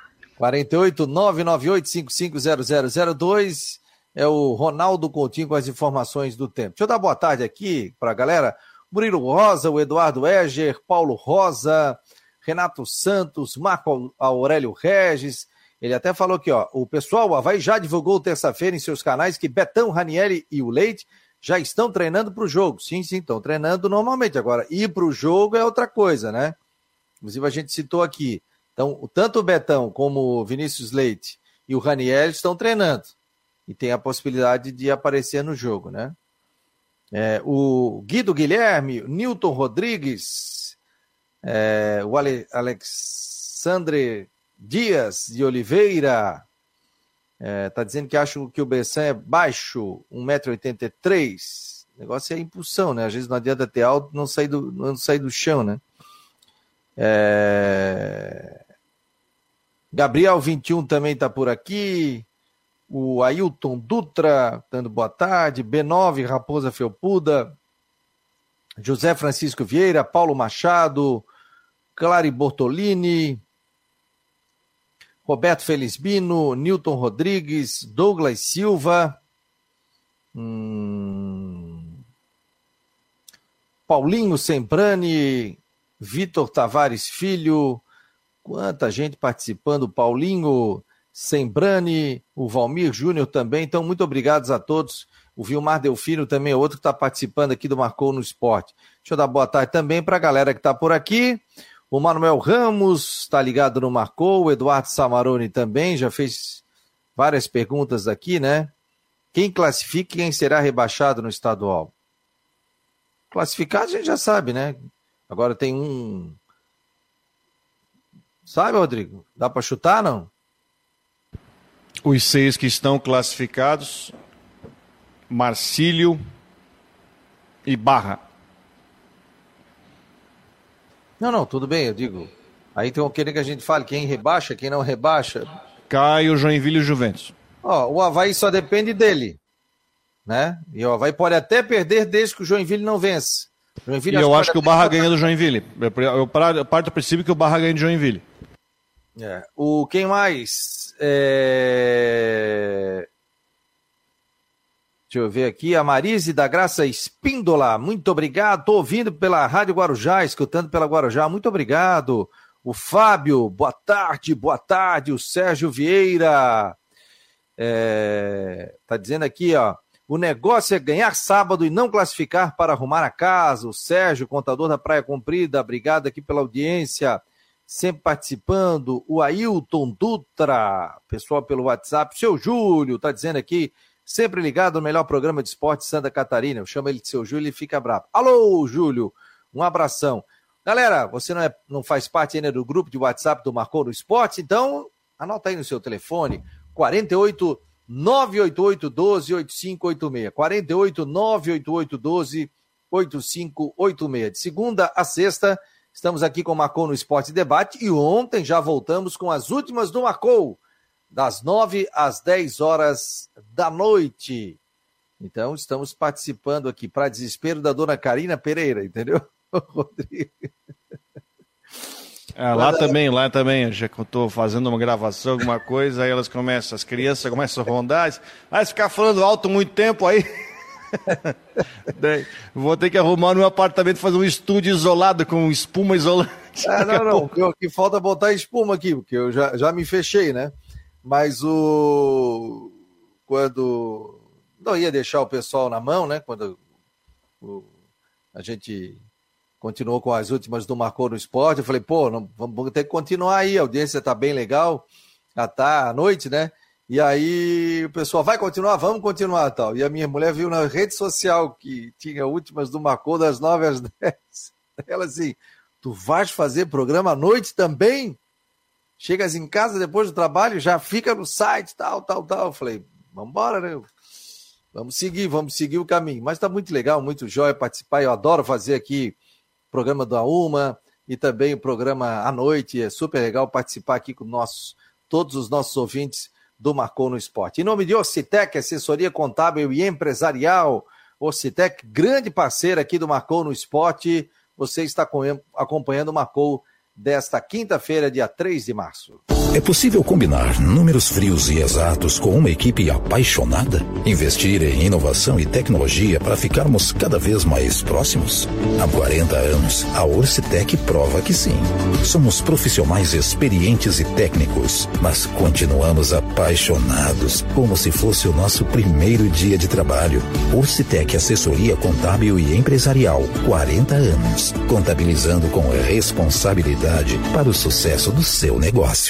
48998550002 é o Ronaldo Coutinho com as informações do tempo. Deixa eu dar boa tarde aqui para a galera. Murilo Rosa, o Eduardo Eger, Paulo Rosa, Renato Santos, Marco Aurélio Regis. Ele até falou aqui, ó, o pessoal, o Avaí já divulgou terça-feira em seus canais que Betão, Ranieri e o Leite Já estão treinando para o jogo. Sim, estão treinando normalmente. Agora, ir para o jogo é outra coisa, né? Inclusive, a gente citou aqui. Então, tanto o Betão como o Vinícius Leite e o Raniel estão treinando. E tem a possibilidade de aparecer no jogo, né? O Guido Guilherme, o Nilton Rodrigues, o Alexandre Dias de Oliveira, tá dizendo que acho que o Bessan é baixo, 1,83 m. O negócio é impulsão, né? Às vezes não adianta ter alto, não sair do chão, né? Gabriel 21 também está por aqui. O Ailton Dutra, dando boa tarde. B9, Raposa Felpuda. José Francisco Vieira, Paulo Machado, Clary Bortolini, Roberto Felizbino, Nilton Rodrigues, Douglas Silva, Paulinho Semprani, Vitor Tavares Filho, quanta gente participando, Paulinho Sembrani, o Valmir Júnior também, então muito obrigados a todos. O Vilmar Delfino também é outro que está participando aqui do Marcou no Esporte. Deixa eu dar boa tarde também para a galera que está por aqui. O Manuel Ramos está ligado no Marcou, o Eduardo Samaroni também, já fez várias perguntas aqui, né? Quem classifica e quem será rebaixado no estadual? Classificado a gente já sabe, né? Agora tem um... Sabe, Rodrigo? Dá para chutar, não? Os 6 que estão classificados... Marcílio e Barra. Não, tudo bem, eu digo. Aí tem aquele que a gente fala, quem rebaixa, quem não rebaixa. Caio, Joinville e Juventus. O Avaí só depende dele, né? E o Avaí pode até perder desde que o Joinville não vence. E eu acho que o Barra ganha do Joinville. Eu parto do princípio que o Barra ganha do Joinville. Quem mais? Deixa eu ver aqui, a Marise da Graça Espíndola, muito obrigado, estou ouvindo pela Rádio Guarujá, escutando pela Guarujá, muito obrigado. O Fábio, boa tarde, o Sérgio Vieira, tá dizendo aqui, ó, o negócio é ganhar sábado e não classificar para arrumar a casa. O Sérgio, contador da Praia Comprida, obrigado aqui pela audiência, sempre participando. O Ailton Dutra, pessoal pelo WhatsApp, o seu Júlio, tá dizendo aqui, sempre ligado no melhor programa de esporte de Santa Catarina. Eu chamo ele de seu Júlio e ele fica bravo. Alô, Júlio, um abração. Galera, você não faz parte ainda do grupo de WhatsApp do Marcou no Esporte? Então, anota aí no seu telefone, 48 988 12 8586. 48 988 12 8586. De segunda a sexta, estamos aqui com o Marcou no Esporte Debate e ontem já voltamos com as últimas do Marcou, das 9 às 10 horas da noite. Então, estamos participando aqui, para desespero da dona Karina Pereira, entendeu, Rodrigo? Lá também, já que eu estou fazendo uma gravação, alguma coisa, aí as crianças começam a rondar, vai ficar falando alto muito tempo aí. Vou ter que arrumar no meu apartamento, fazer um estúdio isolado com espuma isolante. Não, o que falta é botar espuma aqui, porque eu já me fechei, né? Mas quando não ia deixar o pessoal na mão, né? Quando a gente continuou com as últimas do Marcou no Esporte, eu falei, vamos ter que continuar aí, a audiência tá bem legal, já tá à noite, né? E aí o pessoal, vai continuar? Vamos continuar, tal. E a minha mulher viu na rede social que tinha últimas do Marcou das 9 às 10. Ela assim, tu vais fazer programa à noite também? Chegas em casa depois do trabalho, já fica no site, tal. Eu falei, vamos embora, né? Vamos seguir o caminho. Mas tá muito legal, muito jóia participar. Eu adoro fazer aqui o programa da Uma e também o programa à noite. É super legal participar aqui com todos os nossos ouvintes do Marcou no Esporte. Em nome de Ocitec, assessoria contábil e empresarial. Ocitec, grande parceira aqui do Marcou no Esporte. Você está acompanhando o Marcou desta quinta-feira, dia 3 de março. É possível combinar números frios e exatos com uma equipe apaixonada? Investir em inovação e tecnologia para ficarmos cada vez mais próximos? Há 40 anos, a Orcitec prova que sim. Somos profissionais experientes e técnicos, mas continuamos apaixonados, como se fosse o nosso primeiro dia de trabalho. Orcitec Assessoria Contábil e Empresarial, 40 anos, contabilizando com responsabilidade para o sucesso do seu negócio.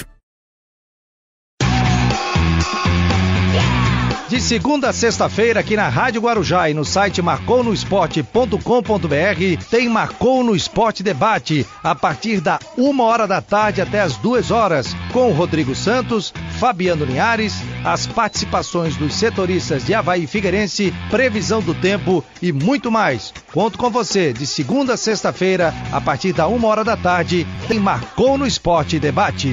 De segunda a sexta-feira, aqui na Rádio Guarujá e no site marconosport.com.br, tem Marcou no Esporte Debate, a partir da 13h até as 14h, com o Rodrigo Santos, Fabiano Linhares, as participações dos setoristas de Avaí e Figueirense, previsão do tempo e muito mais. Conto com você, de segunda a sexta-feira, a partir da 13h, tem Marcou no Esporte Debate.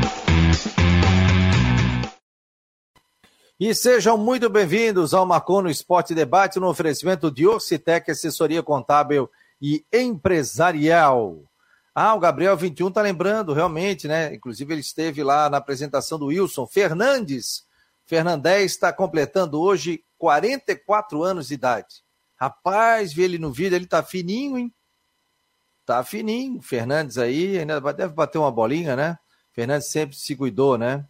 E sejam muito bem-vindos ao Marcou no Esporte Debate, no oferecimento de Orcitec, assessoria contábil e empresarial. O Gabriel 21 tá lembrando, realmente, né? Inclusive ele esteve lá na apresentação do Wilson Fernandes. Fernandez está completando hoje 44 anos de idade. Rapaz, vi ele no vídeo, ele tá fininho, hein? Tá fininho. Fernandes aí, ainda deve bater uma bolinha, né? Fernandes sempre se cuidou, né?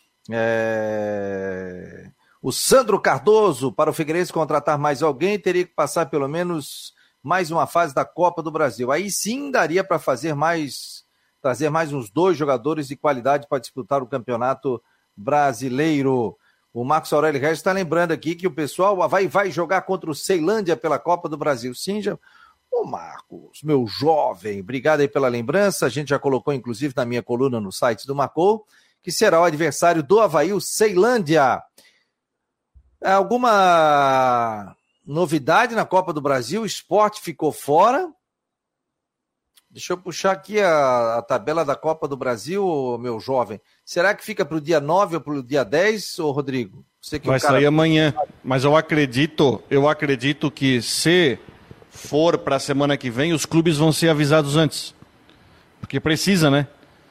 O Sandro Cardoso, para o Figueirense contratar mais alguém, teria que passar pelo menos mais uma fase da Copa do Brasil. Aí sim daria para trazer mais uns 2 jogadores de qualidade para disputar o Campeonato Brasileiro. O Marcos Aurélio Regis está lembrando aqui que o pessoal vai jogar contra o Ceilândia pela Copa do Brasil. Sim, já... Ô Marcos, meu jovem, obrigado aí pela lembrança. A gente já colocou inclusive na minha coluna no site do Marcou, que será o adversário do Avaí, o Ceilândia. Alguma novidade na Copa do Brasil? O Sport ficou fora. Deixa eu puxar aqui a tabela da Copa do Brasil, meu jovem. Será que fica para o dia 9 ou para o dia 10, ô Rodrigo? Você que vai sair amanhã, mas eu acredito que se for para a semana que vem, os clubes vão ser avisados antes. Porque precisa, né?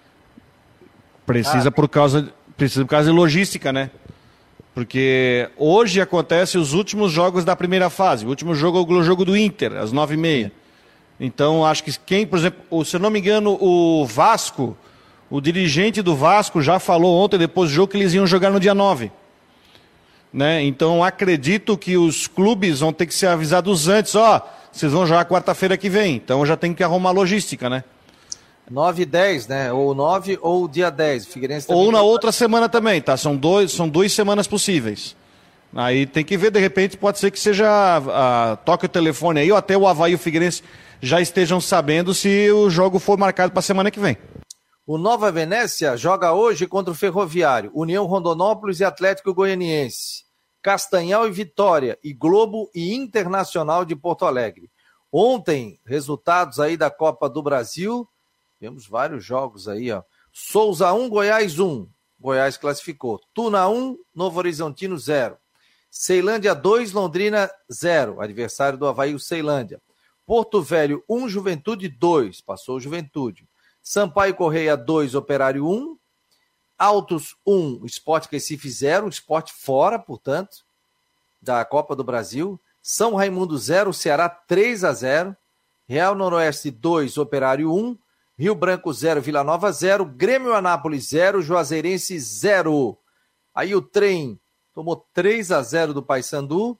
Precisa por causa de logística, né? Porque hoje acontece os últimos jogos da primeira fase. O último jogo é o jogo do Inter, às 9h30. Então, acho que por exemplo, se eu não me engano, o Vasco, o dirigente do Vasco já falou ontem, depois do jogo, que eles iam jogar no dia 9. Né? Então, acredito que os clubes vão ter que ser avisados antes. Vocês vão jogar quarta-feira que vem. Então, já tem que arrumar logística, né? 9 e 10, né? Ou 9 ou dia 10. Figueirense ou na outra semana também, tá? São 2 semanas possíveis. Aí tem que ver, de repente, pode ser que seja toque o telefone aí, ou até o Avaí e o Figueirense já estejam sabendo se o jogo for marcado para a semana que vem. O Nova Venécia joga hoje contra o Ferroviário, União Rondonópolis e Atlético Goianiense, Castanhal e Vitória, e Globo e Internacional de Porto Alegre. Ontem, resultados aí da Copa do Brasil. Temos vários jogos aí, ó. Souza 1, Goiás 1. Goiás classificou. Tuna 1, Novo Horizontino 0. Ceilândia 2, Londrina 0. Adversário do Avaí, o Ceilândia. Porto Velho 1, Juventude 2. Passou o Juventude. Sampaio Correia 2, Operário 1. Altos 1, Sport Recife 0. Sport fora, portanto, da Copa do Brasil. São Raimundo 0, Ceará 3-0. Real Noroeste 2, Operário 1. Rio Branco 0, Vila Nova 0, Grêmio Anápolis 0, Juazeirense 0. Aí o Trem tomou 3-0 do Paysandu.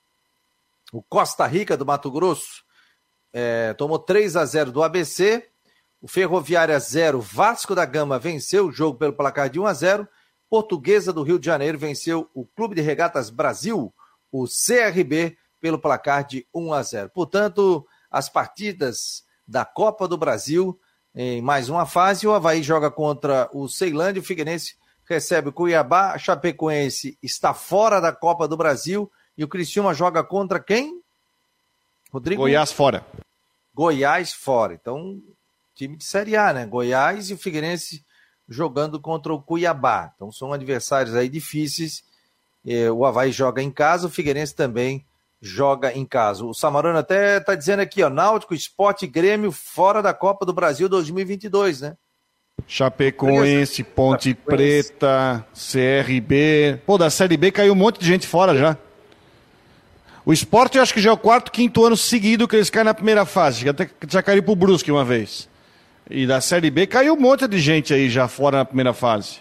O Costa Rica do Mato Grosso tomou 3-0 do ABC. O Ferroviária 0, Vasco da Gama venceu o jogo pelo placar de 1-0. Portuguesa do Rio de Janeiro venceu o Clube de Regatas Brasil, o CRB, pelo placar de 1-0. Portanto, as partidas da Copa do Brasil em mais uma fase. O Avaí joga contra o Ceilândia, o Figueirense recebe o Cuiabá, a Chapecoense está fora da Copa do Brasil e o Criciúma joga contra quem? Rodrigo? Goiás fora. Goiás fora. Então, time de Série A, né? Goiás e o Figueirense jogando contra o Cuiabá. Então, são adversários aí difíceis. O Avaí joga em casa, o Figueirense também joga em casa. O Samarano até tá dizendo aqui, ó, Náutico, Sport e Grêmio fora da Copa do Brasil 2022, né? Chapecoense, Ponte Preta, CRB. Pô, da Série B caiu um monte de gente fora já. O Sport, eu acho que já é o 4º, 5º ano seguido que eles caem na primeira fase. Já caíram pro Brusque uma vez. E da Série B caiu um monte de gente aí já fora na primeira fase.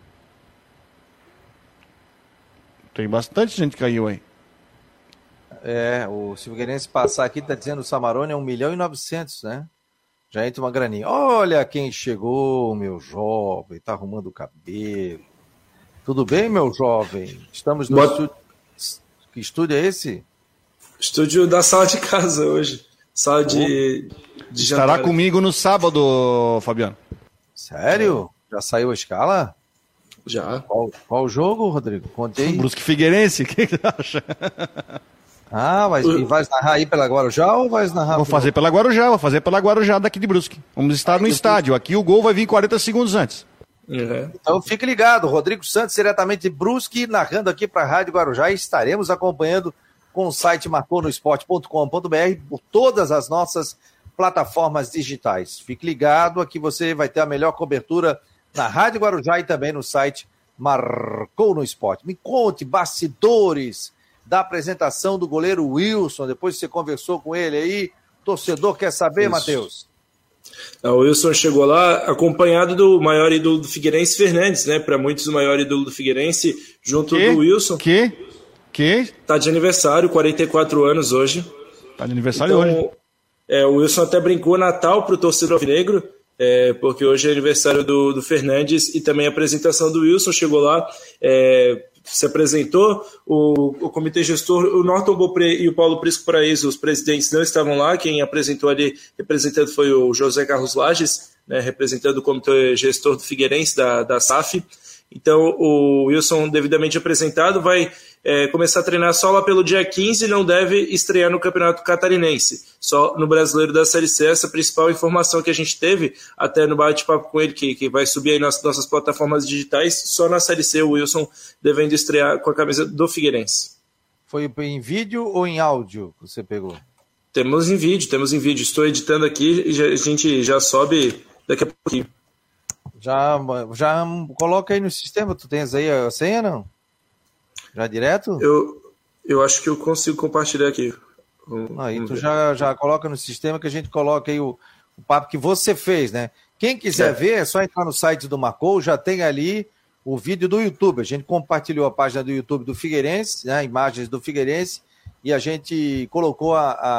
Tem bastante gente que caiu aí. O Figueirense passar aqui, tá dizendo o Samarone é 1.900.000, né? Já entra uma graninha. Olha quem chegou, meu jovem, tá arrumando o cabelo. Tudo bem, meu jovem? Estamos no estúdio. Que estúdio é esse? Estúdio da sala de casa hoje. Sala de jantar. Estará comigo no sábado, Fabiano. Sério? Já saiu a escala? Já. Qual jogo, Rodrigo? Conte aí. Brusque Figueirense, o que você acha? E vai narrar aí pela Guarujá ou vai narrar? Vou fazer pela Guarujá daqui de Brusque. Vamos estar no estádio. Aqui o gol vai vir 40 segundos antes. Uhum. Então fique ligado, Rodrigo Santos, diretamente de Brusque, narrando aqui para a Rádio Guarujá, e estaremos acompanhando com o site marconosport.com.br por todas as nossas plataformas digitais. Fique ligado, aqui você vai ter a melhor cobertura na Rádio Guarujá e também no site Marcou no Esporte. Me conte bastidores da apresentação do goleiro Wilson, depois que você conversou com ele aí, o torcedor quer saber, Matheus? O Wilson chegou lá acompanhado do maior ídolo do Figueirense, Fernandes, né? Para muitos, o maior ídolo do Figueirense, junto do Wilson. Tá de aniversário, 44 anos hoje. Tá de aniversário hoje. O Wilson até brincou Natal pro torcedor alvinegro, porque hoje é aniversário do Fernandes, e também a apresentação do Wilson. Chegou lá, se apresentou, o comitê gestor, o Norton Beaupré e o Paulo Prisco Paraíso, os presidentes, não estavam lá. Quem apresentou ali, representando, foi o José Carlos Lages, né, representando o comitê gestor do Figueirense, da SAF. Então o Wilson, devidamente apresentado, vai começar a treinar só lá pelo dia 15 e não deve estrear no Campeonato Catarinense, só no Brasileiro da Série C. Essa é a principal informação que a gente teve até no bate-papo com ele, que vai subir aí nas nossas plataformas digitais. Só na Série C o Wilson devendo estrear com a camisa do Figueirense. Foi em vídeo ou em áudio que você pegou? Temos em vídeo. Estou editando aqui e a gente já sobe daqui a pouquinho. Já coloca aí no sistema, tu tens aí a senha, não? Já direto? Eu acho que eu consigo compartilhar aqui. Aí tu já coloca no sistema, que a gente coloca aí o papo que você fez, né? Quem quiser ver, é só entrar no site do Marcou, já tem ali o vídeo do YouTube. A gente compartilhou a página do YouTube do Figueirense, né? Imagens do Figueirense, e a gente colocou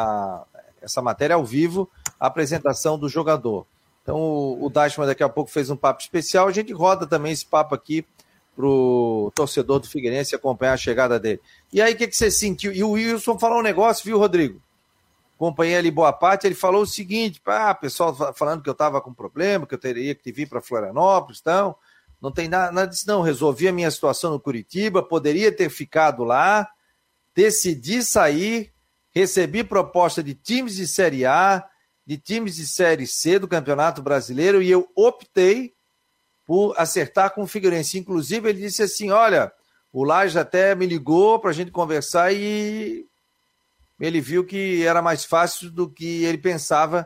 essa matéria ao vivo, a apresentação do jogador. Então o Dashman daqui a pouco fez um papo especial, a gente roda também esse papo aqui pro torcedor do Figueirense acompanhar a chegada dele. E aí, o que você sentiu? E o Wilson falou um negócio, viu, Rodrigo? Acompanhei ali boa parte, ele falou o seguinte, pessoal falando que eu estava com problema, que eu teria que vir para Florianópolis, então, não tem nada disso não, resolvi a minha situação no Curitiba, poderia ter ficado lá, decidi sair, recebi proposta de times de Série A, de times de Série C do Campeonato Brasileiro, e eu optei por acertar com o Figueirense. Inclusive, ele disse assim, olha, o Lages até me ligou para a gente conversar e ele viu que era mais fácil do que ele pensava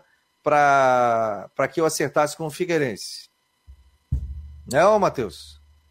para que eu acertasse com o Figueirense. Não, Matheus?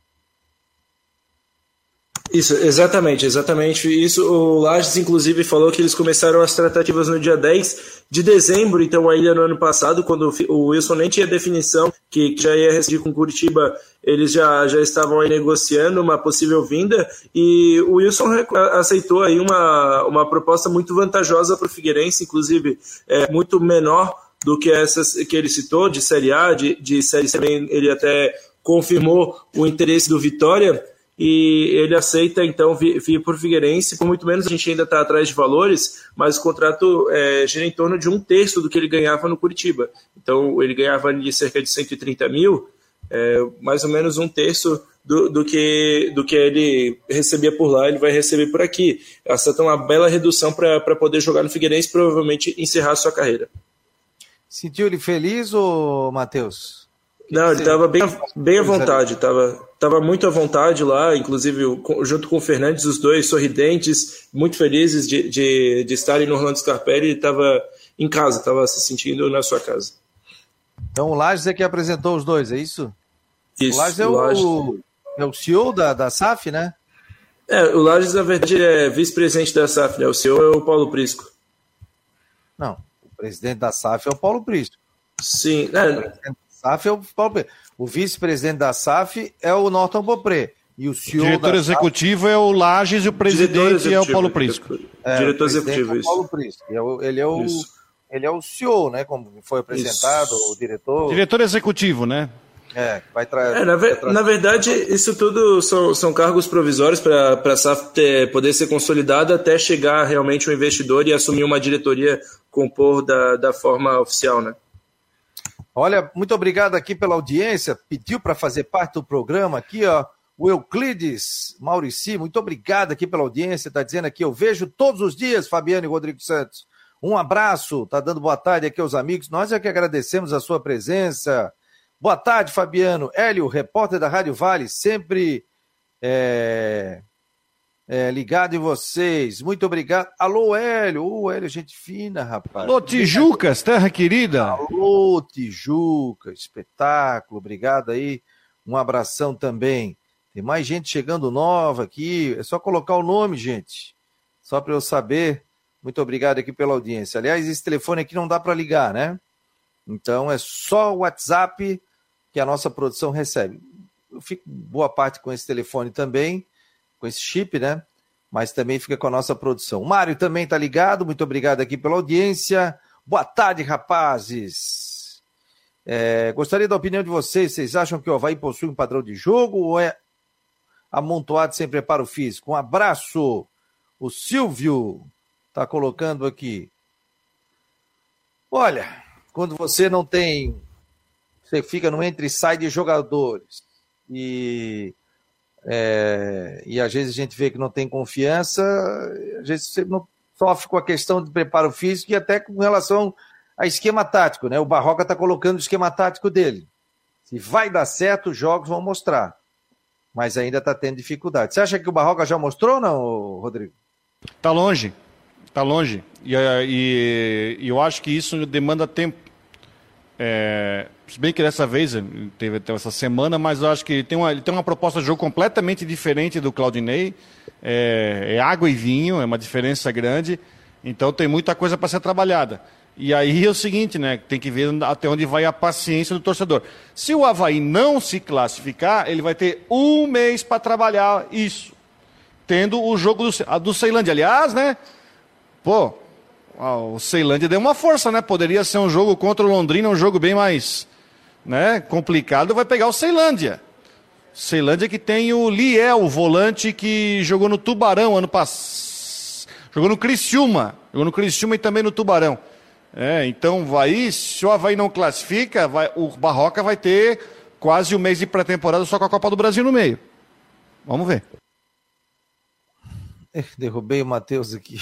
Isso, exatamente isso. O Lages, inclusive, falou que eles começaram as tratativas no dia 10 de dezembro, então ainda no ano passado, quando o Wilson nem tinha definição que já ia residir com Curitiba, eles já estavam aí negociando uma possível vinda, e o Wilson aceitou aí uma proposta muito vantajosa para o Figueirense, inclusive muito menor do que essas que ele citou, de Série A, de Série C. Ele até confirmou o interesse do Vitória, e ele aceita, então, vir por Figueirense. Por muito menos, a gente ainda está atrás de valores, mas o contrato gira em torno de 1/3 do que ele ganhava no Curitiba. Então, ele ganhava ali cerca de 130 mil, mais ou menos 1/3 do que ele recebia por lá, ele vai receber por aqui. Essa é uma bela redução para poder jogar no Figueirense e provavelmente encerrar a sua carreira. Sentiu ele feliz, ô Matheus? Não, ele estava bem à vontade, estava muito à vontade lá, inclusive junto com o Fernandes, os dois sorridentes, muito felizes de estarem no Orlando Scarpelli. Ele estava em casa, estava se sentindo na sua casa. Então o Lages é que apresentou os dois, é isso? Isso, o Lages é o CEO da SAF, né? O Lages, na verdade, é vice-presidente da SAF, né? O CEO é o Paulo Prisco. Não, o presidente da SAF é o Paulo Prisco. Sim, O presidente da SAF é o Paulo Prisco. O vice-presidente da SAF é o Norton Bopré. E o CEO diretor executivo é o Lages e o presidente é o Paulo Prisco. Diretor executivo, é o Paulo Prisco. Ele é o CEO, né? Como foi apresentado, o diretor. Diretor executivo, né? Vai trazer. Na verdade, isso tudo são cargos provisórios para a SAF poder ser consolidada até chegar realmente um investidor e assumir uma diretoria, compor da forma oficial, né? Olha, muito obrigado aqui pela audiência. Pediu para fazer parte do programa aqui, ó. O Euclides Maurici, muito obrigado aqui pela audiência. Está dizendo aqui, eu vejo todos os dias, Fabiano e Rodrigo Santos. Um abraço, está dando boa tarde aqui aos amigos. Nós é que agradecemos a sua presença. Boa tarde, Fabiano. Hélio, repórter da Rádio Vale, sempre ligado em vocês. Muito obrigado. Alô, Hélio. Hélio, gente fina, rapaz. Alô, Tijucas, terra querida. Alô, Tijuca, espetáculo. Obrigado aí. Um abração também. Tem mais gente chegando nova aqui. É só colocar o nome, gente. Só para eu saber. Muito obrigado aqui pela audiência. Aliás, esse telefone aqui não dá para ligar, né? Então é só o WhatsApp que a nossa produção recebe. Eu fico boa parte com esse telefone também, com esse chip, né? Mas também fica com a nossa produção. O Mário também está ligado. Muito obrigado aqui pela audiência. Boa tarde, rapazes. Gostaria da opinião de vocês. Vocês acham que o Avaí possui um padrão de jogo ou é amontoado sem preparo físico? Um abraço. O Silvio está colocando aqui. Olha, quando você não tem... Você fica no entre e sai de jogadores e às vezes a gente vê que não tem confiança, às vezes você não sofre com a questão de preparo físico e até com relação a esquema tático, né? O Barroca está colocando o esquema tático dele. Se vai dar certo, os jogos vão mostrar. Mas ainda está tendo dificuldade. Você acha que o Barroca já mostrou ou não, Rodrigo? Está longe. Está longe. E eu acho que isso demanda tempo. Se bem que dessa vez, teve até essa semana, mas eu acho que ele tem uma proposta de jogo completamente diferente do Claudinei. É água e vinho, é uma diferença grande. Então tem muita coisa para ser trabalhada. E aí é o seguinte, né? Tem que ver até onde vai a paciência do torcedor. Se o Avaí não se classificar, ele vai ter um mês para trabalhar isso. Tendo o jogo do Ceilândia. Aliás, né? O Ceilândia deu uma força, né? Poderia ser um jogo contra o Londrina, um jogo bem mais, né, complicado. Vai pegar o Ceilândia. Ceilândia que tem o Liel, o volante que jogou no Tubarão ano passado. Jogou no Criciúma e também no Tubarão. Então, se o Avaí não classifica, o Barroca vai ter quase um mês de pré-temporada só com a Copa do Brasil no meio. Vamos ver. Derrubei o Matheus aqui.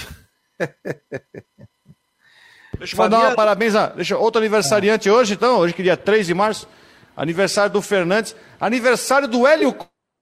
Deixa eu mandar um parabéns outro aniversariante hoje, então. Hoje que dia 3 de março. Aniversário do Fernandes. Aniversário do Hélio.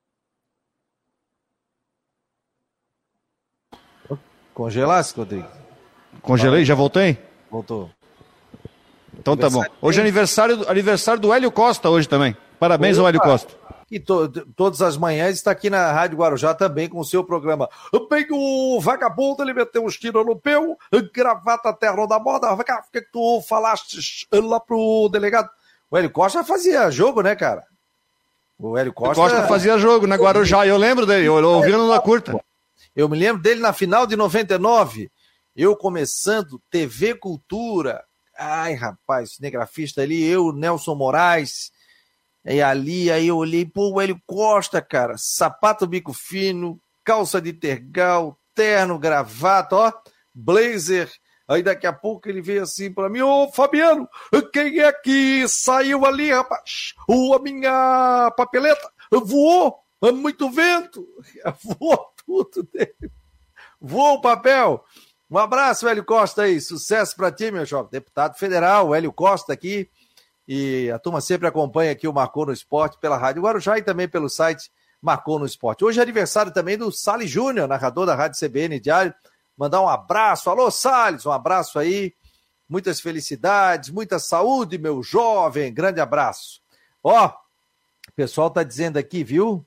Congelasse, Rodrigo? Congelei, já voltei? Voltou. Então tá bom. Hoje é aniversário do Hélio Costa hoje também. Parabéns ao Hélio Costa. E todas as manhãs está aqui na Rádio Guarujá também com o seu programa. Bem, o vagabundo, ele meteu uns tiros no pé, gravata terno da moda. Vem cá, o que tu falaste lá pro delegado? O Hélio Costa fazia jogo, né, cara? O Hélio Costa fazia jogo na Guarujá, eu lembro dele, eu ouvindo na curta. Eu me lembro dele na final de 99, eu começando TV Cultura. Ai, rapaz, cinegrafista ali, eu, Nelson Moraes... aí eu olhei, o Hélio Costa, cara, sapato bico fino, calça de tergal, terno, gravata, ó, blazer. Aí daqui a pouco ele veio assim pra mim, Fabiano, quem é que saiu ali, rapaz? A minha papeleta voou, muito vento, voou tudo dele, voou o papel. Um abraço, Hélio Costa aí, sucesso pra ti, meu jovem, deputado federal, Hélio Costa aqui. E a turma sempre acompanha aqui o Marcou no Esporte pela Rádio Guarujá e também pelo site Marcou no Esporte. Hoje é aniversário também do Salles Júnior, narrador da Rádio CBN Diário. Mandar um abraço. Alô, Salles, um abraço aí. muitas felicidades, muita saúde, meu jovem. Grande abraço. Ó, o pessoal tá dizendo aqui, viu?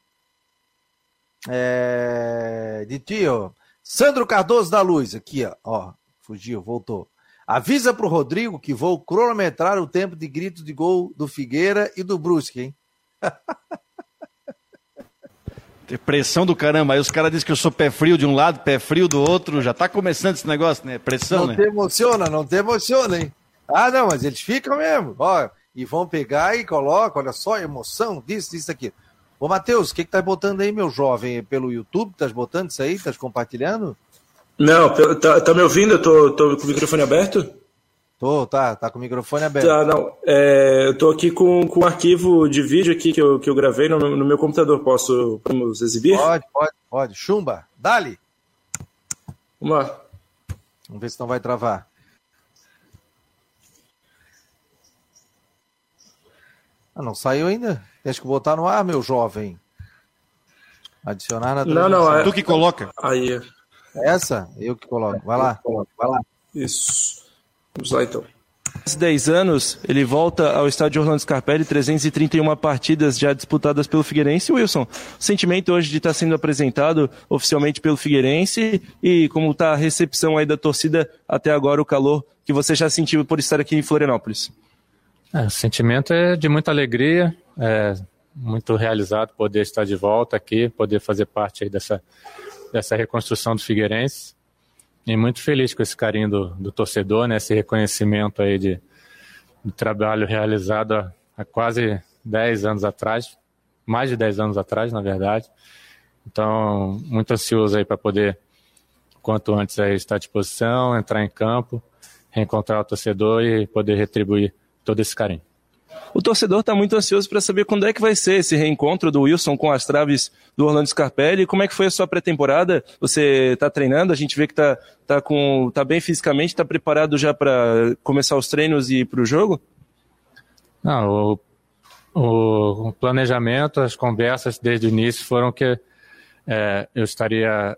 De tio, Sandro Cardoso da Luz, aqui, ó, fugiu, voltou. Avisa pro Rodrigo que vou cronometrar o tempo de gritos de gol do Figueira e do Brusque, hein? Tem pressão do caramba, aí os caras dizem que eu sou pé frio de um lado, pé frio do outro, já tá começando esse negócio, né? Pressão, não, né? Não te emociona, hein? Ah, não, mas eles ficam mesmo, ó, e vão pegar e colocam, olha só, emoção, disso, aqui. Ô, Matheus, o que tá botando aí, meu jovem? Pelo YouTube, tá botando isso aí? Tá compartilhando? Não, tá me ouvindo? Eu tô com o microfone aberto? Tá com o microfone aberto. Tá, não. Eu tô aqui com um arquivo de vídeo aqui que eu gravei no meu computador. Podemos exibir? Pode. Chumba, dale. Vamos lá. Vamos ver se não vai travar. Não saiu ainda? Tem que botar no ar, meu jovem. Adicionar na transmissão. Não, tu que coloca. Aí. Essa? Eu que coloco. Vai lá. Isso. Vamos lá, então. Há 10 anos, ele volta ao estádio Orlando Scarpelli, 331 partidas já disputadas pelo Figueirense. Wilson, o sentimento hoje de estar sendo apresentado oficialmente pelo Figueirense e como está a recepção aí da torcida até agora, o calor que você já sentiu por estar aqui em Florianópolis? O sentimento é de muita alegria, muito realizado poder estar de volta aqui, poder fazer parte aí dessa reconstrução do Figueirense. E muito feliz com esse carinho do torcedor, né? Esse reconhecimento aí do trabalho realizado há quase 10 anos atrás, mais de 10 anos atrás, na verdade. Então, muito ansioso aí para poder, quanto antes, aí estar à disposição, entrar em campo, reencontrar o torcedor e poder retribuir todo esse carinho. O torcedor está muito ansioso para saber quando é que vai ser esse reencontro do Wilson com as traves do Orlando Scarpelli. Como é que foi a sua pré-temporada? Você está treinando? A gente vê que tá bem fisicamente, está preparado já para começar os treinos e ir para o jogo? Não, o planejamento, as conversas desde o início foram que eu estaria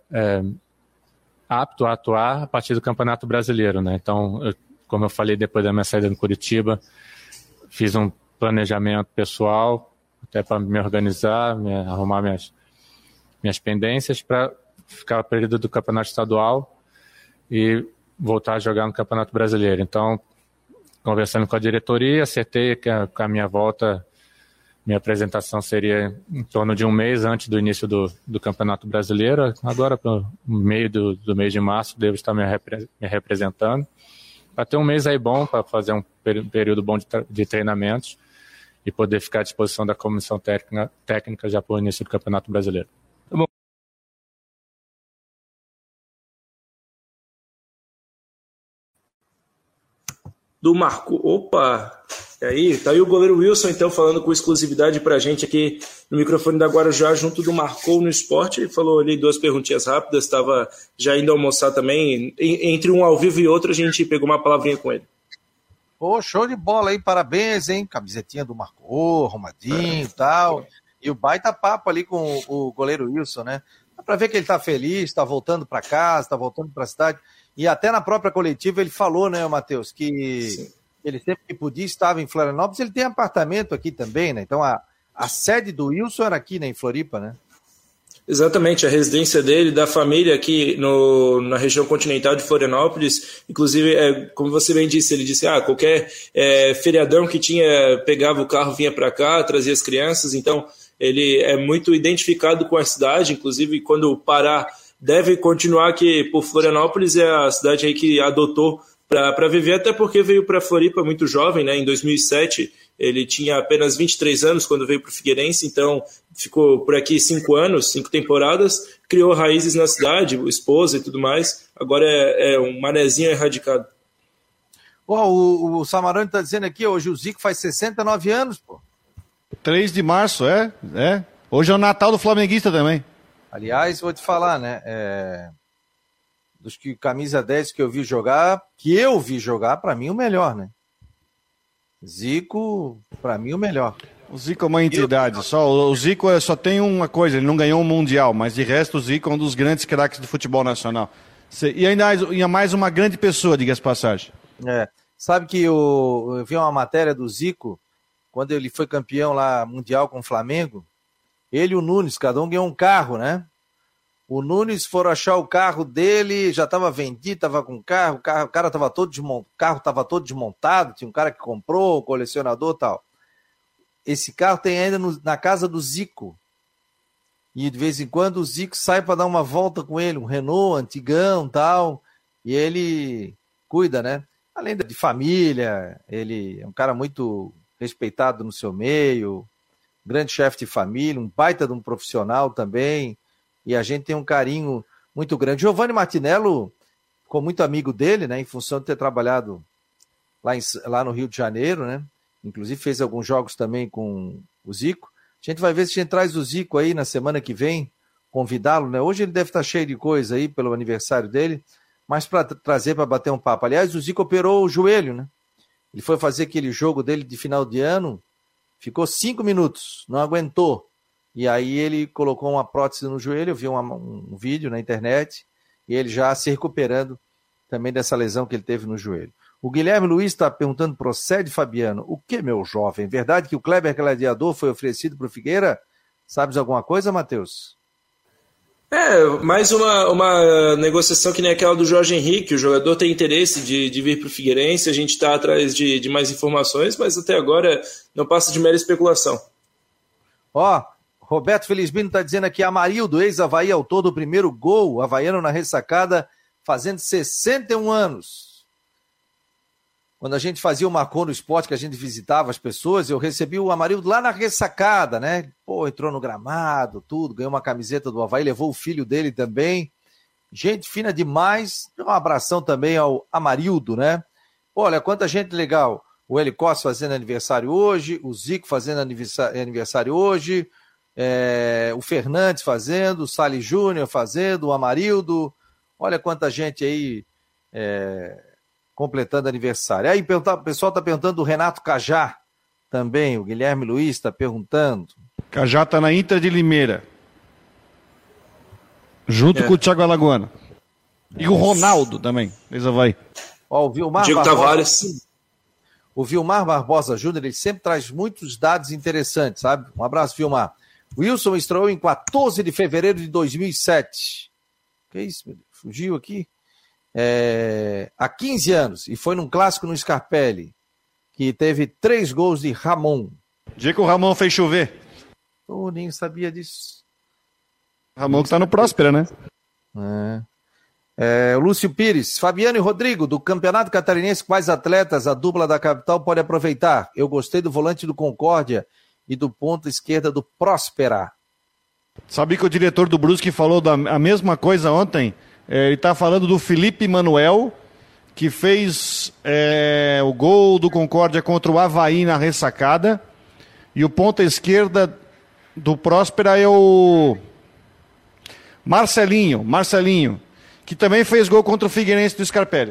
apto a atuar a partir do Campeonato Brasileiro, né? Então, como eu falei depois da minha saída no Curitiba, fiz um planejamento pessoal, até para me organizar, arrumar minhas pendências para ficar no período do Campeonato Estadual e voltar a jogar no Campeonato Brasileiro. Então, conversando com a diretoria, acertei que a minha volta, minha apresentação seria em torno de um mês antes do início do Campeonato Brasileiro. Agora, no meio do mês de março, devo estar me representando. Para ter um mês aí bom, para fazer um período bom de treinamentos e poder ficar à disposição da comissão técnica já para o início do Campeonato Brasileiro. Tá bom. Do Marco. Opa! E aí, tá aí o goleiro Wilson, então, falando com exclusividade pra gente aqui no microfone da Guarujá, junto do Marcou no Esporte. Ele falou ali 2 perguntinhas rápidas, estava já indo almoçar também. Entre um ao vivo e outro, a gente pegou uma palavrinha com ele. Pô, show de bola aí, parabéns, hein? Camisetinha do Marcou, arrumadinho e tal. E o baita papo ali com o goleiro Wilson, né? Dá pra ver que ele tá feliz, tá voltando pra casa, tá voltando pra cidade. E até na própria coletiva ele falou, né, Matheus, que sim, ele sempre que podia estava em Florianópolis. Ele tem apartamento aqui também, né? Então a sede do Wilson era aqui, né, em Floripa, né? Exatamente, a residência dele, da família aqui na região continental de Florianópolis. Inclusive, como você bem disse, ele disse, qualquer feriadão que tinha, pegava o carro, vinha para cá, trazia as crianças. Então, ele é muito identificado com a cidade. Inclusive, quando o Pará deve continuar aqui por Florianópolis, é a cidade aí que adotou para viver, até porque veio para Floripa muito jovem, né? Em 2007, ele tinha apenas 23 anos quando veio para o Figueirense, então ficou por aqui 5 anos, 5 temporadas, criou raízes na cidade, esposa e tudo mais, agora é um manezinho erradicado. O Samarone está dizendo aqui, hoje o Zico faz 69 anos, pô. 3 de março, Hoje é o Natal do flamenguista também. Aliás, vou te falar, né, dos que camisa 10 que eu vi jogar, para mim o melhor, né? Zico, para mim o melhor. O Zico é uma entidade, o Zico só tem uma coisa, ele não ganhou um Mundial, mas de resto o Zico é um dos grandes craques do futebol nacional. E ainda mais uma grande pessoa, diga-se passagem. Sabe que eu vi uma matéria do Zico, quando ele foi campeão lá mundial com o Flamengo, ele e o Nunes, cada um ganhou um carro, né? O Nunes foram achar o carro dele, já estava vendido, estava com o carro estava todo desmontado, tinha um cara que comprou, o colecionador e tal. Esse carro tem ainda na casa do Zico. E de vez em quando o Zico sai para dar uma volta com ele, um Renault antigão e tal, e ele cuida, né? Além de família, ele é um cara muito respeitado no seu meio, grande chefe de família, um baita de um profissional também, e a gente tem um carinho muito grande. Giovanni Martinello ficou muito amigo dele, né, em função de ter trabalhado lá no Rio de Janeiro, né, inclusive fez alguns jogos também com o Zico. A gente vai ver se a gente traz o Zico aí na semana que vem, convidá-lo, né, hoje ele deve estar cheio de coisa aí pelo aniversário dele, mas para trazer para bater um papo. Aliás, o Zico operou o joelho, né, ele foi fazer aquele jogo dele de final de ano, ficou 5 minutos, não aguentou. E aí ele colocou uma prótese no joelho, eu vi um vídeo na internet, e ele já se recuperando também dessa lesão que ele teve no joelho. O Guilherme Luiz está perguntando, procede, Fabiano, o que, meu jovem? Verdade que o Kleber Gladiador foi oferecido para o Figueira? Sabes alguma coisa, Matheus? Mais uma negociação que nem aquela do Jorge Henrique. O jogador tem interesse de vir para o Figueirense, a gente está atrás de mais informações, mas até agora não passa de mera especulação. Roberto Felizmino está dizendo aqui, Amarildo, ex-Avaí, autor do primeiro gol, havaiano na ressacada, fazendo 61 anos. Quando a gente fazia o Marcou no Esporte, que a gente visitava as pessoas, eu recebi o Amarildo lá na ressacada, né? Entrou no gramado, tudo, ganhou uma camiseta do Avaí, levou o filho dele também. Gente fina demais. Um abração também ao Amarildo, né? Olha, quanta gente legal. O Hélio Costa fazendo aniversário hoje, o Zico fazendo aniversário hoje, o Fernandes fazendo, o Salles Júnior fazendo, o Amarildo. Olha quanta gente aí completando aniversário. Aí o pessoal está perguntando do Renato Cajá também, o Guilherme Luiz está perguntando. Cajá está na Inter de Limeira. Junto com o Thiago Alagoano. E o Ronaldo também, ex-Avaí. O Vilmar Diego Tavares. O Vilmar Barbosa Júnior, ele sempre traz muitos dados interessantes, sabe? Um abraço, Vilmar. Wilson estreou em 14 de fevereiro de 2007. Que isso, meu Deus? Fugiu aqui. Há 15 anos, e foi num clássico no Scarpelli, que teve 3 gols de Ramon. Dia que o Ramon fez chover. Eu nem sabia disso. Ramon que está no Próspera, né? O Lúcio Pires, Fabiano e Rodrigo, do Campeonato Catarinense, quais atletas a dupla da capital pode aproveitar? Eu gostei do volante do Concórdia e do ponta esquerda do Próspera. Sabe que o diretor do Brusque falou a mesma coisa ontem? Ele está falando do Felipe Manuel, que fez o gol do Concórdia contra o Avaí na ressacada, e o ponta esquerda do Próspera é o Marcelinho, que também fez gol contra o Figueirense do Scarpelli.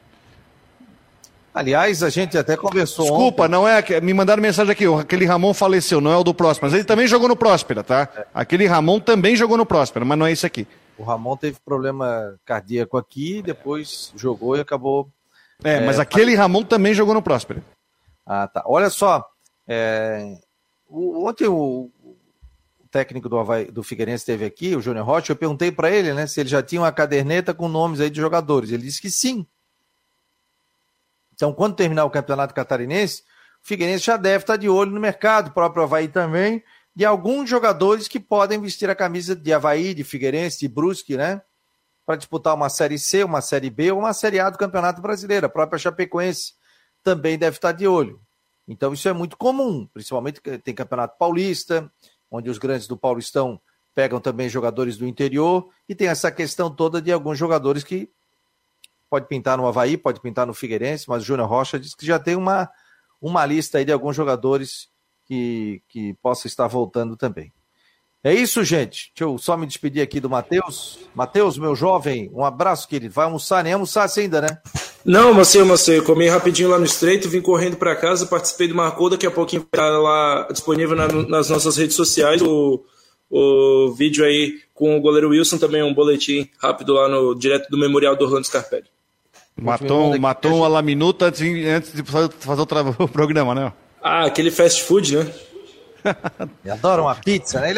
Aliás, a gente até conversou Desculpa, ontem. não é... Me mandaram mensagem aqui, aquele Ramon faleceu, não é o do Próspera, mas ele também jogou no Próspera, tá? Aquele Ramon também jogou no Próspera, mas não é esse aqui. O Ramon teve problema cardíaco aqui, depois jogou e acabou... mas aquele Ramon também jogou no Próspera. Ah, tá. Olha só, ontem o técnico do Figueirense esteve aqui, o Júnior Rocha, eu perguntei para ele, né, se ele já tinha uma caderneta com nomes aí de jogadores. Ele disse que sim. Então, quando terminar o Campeonato Catarinense, o Figueirense já deve estar de olho no mercado, o próprio Avaí também, de alguns jogadores que podem vestir a camisa de Avaí, de Figueirense, de Brusque, né? Para disputar uma Série C, uma Série B ou uma Série A do Campeonato Brasileiro. A própria Chapecoense também deve estar de olho. Então isso é muito comum, principalmente tem Campeonato Paulista, onde os grandes do Paulistão pegam também jogadores do interior, e tem essa questão toda de alguns jogadores que pode pintar no Avaí, pode pintar no Figueirense, mas o Júnior Rocha disse que já tem uma lista aí de alguns jogadores que possa estar voltando também. É isso, gente. Deixa eu só me despedir aqui do Matheus. Matheus, meu jovem, um abraço, querido. Vai almoçar? Nem almoçasse ainda, né? Não, Marcelo, comi rapidinho lá no Estreito, vim correndo para casa, participei do Marcou, daqui a pouquinho está lá disponível nas nossas redes sociais o vídeo aí com o goleiro Wilson, também um boletim rápido lá direto do Memorial do Orlando Scarpelli. Matou uma laminuta antes de fazer o programa, né? Ah, aquele fast food, né? Ele adora uma pizza, né?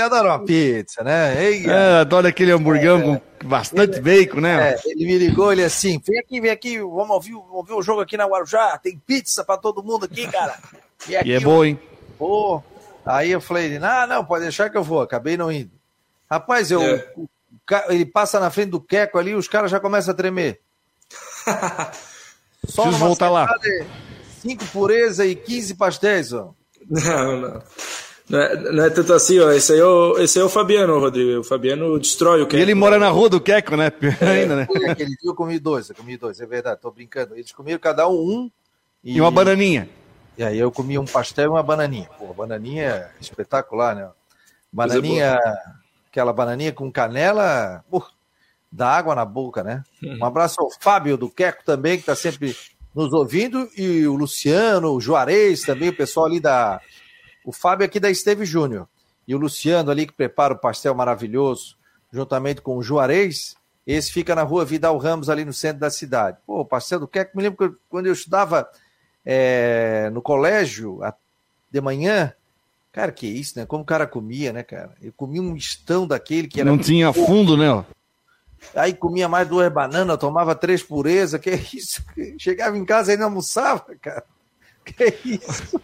Adora aquele hamburgão com bastante bacon, né? Ele me ligou, ele assim, vem aqui, vamos ouvir o jogo aqui na Guarujá, tem pizza pra todo mundo aqui, cara. E é boa, hein? Pô. Aí eu falei, não, pode deixar que eu vou, acabei não indo. Rapaz, ele passa na frente do Queco ali, os caras já começam a tremer. Só preciso voltar lá. 5 pureza e 15 pastéis, ó. Não é tanto assim, ó. Esse aí é o Fabiano, Rodrigo. O Fabiano destrói o Queco. E ele mora na rua do Queco, né? Ainda, né? Aquele dia eu comi dois, é verdade, tô brincando. Eles comiam cada um. E uma bananinha. E aí eu comi um pastel e uma bananinha. Pô, bananinha é espetacular, né? Bananinha, aquela bananinha com canela, dá água na boca, né? Um abraço ao Fábio do Queco também, que tá sempre nos ouvindo, e o Luciano, o Juarez também, o pessoal ali o Fábio aqui da Esteve Júnior, e o Luciano ali que prepara o pastel maravilhoso, juntamente com o Juarez, esse fica na rua Vidal Ramos, ali no centro da cidade. Pô, o pastel do Queco, me lembro que quando eu estudava no colégio, de manhã, cara, que isso, né? Como o cara comia, né, cara? Eu comia um mistão daquele que era... Não tinha fundo, né? Aí comia mais 2 bananas, tomava 3 pureza, que isso? Chegava em casa e ainda almoçava, cara. Que isso?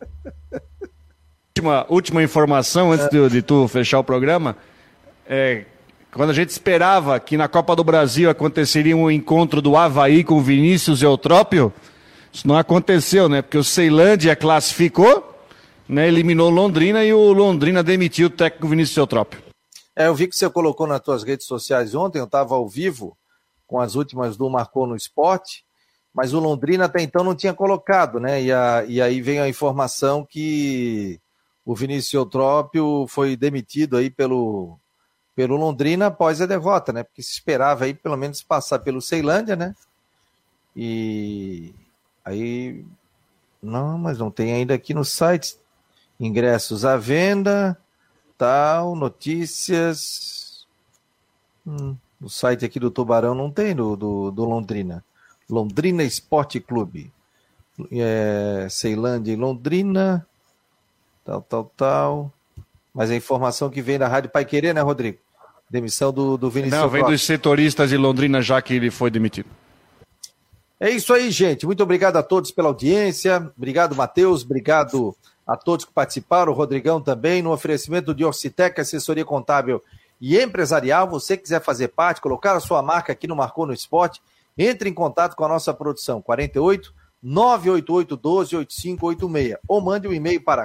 Última informação, antes de tu fechar o programa, quando a gente esperava que na Copa do Brasil aconteceria um encontro do Avaí com o Vinícius Eutrópio, isso não aconteceu, né? Porque o Ceilândia classificou, né? Eliminou Londrina e o Londrina demitiu o técnico Vinícius Eutrópio. Eu vi que você colocou nas suas redes sociais ontem, eu estava ao vivo com as últimas do Marcou no Esporte, mas o Londrina até então não tinha colocado, né? E aí veio a informação que o Vinícius Eutrópio foi demitido aí pelo Londrina após a derrota, né? Porque se esperava aí pelo menos passar pelo Ceilândia, né? E aí... Não, mas não tem ainda aqui no site. Ingressos à venda... Tal, notícias. No site aqui do Tubarão não tem, do Londrina. Londrina Esporte Clube. Ceilândia e Londrina. Tal. Mas a informação que vem da Rádio Paiquerê, né, Rodrigo? Demissão do Vinícius. Não, vem dos setoristas de Londrina, já que ele foi demitido. É isso aí, gente. Muito obrigado a todos pela audiência. Obrigado, Matheus. Obrigado a todos que participaram, o Rodrigão também, no oferecimento de Orcitec, assessoria contábil e empresarial. Você quiser fazer parte, colocar a sua marca aqui no Marcou no Esporte, entre em contato com a nossa produção, 48-988-12-8586, ou mande um e-mail para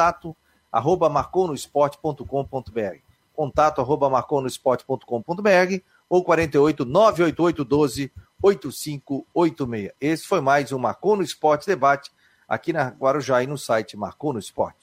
contato@marconosport.com.br, contato@marconosport.com.br, ou 48-988-12-8586. Esse foi mais um Marcou no Esporte Debate, aqui na Guarujá e no site Marcou no Esporte.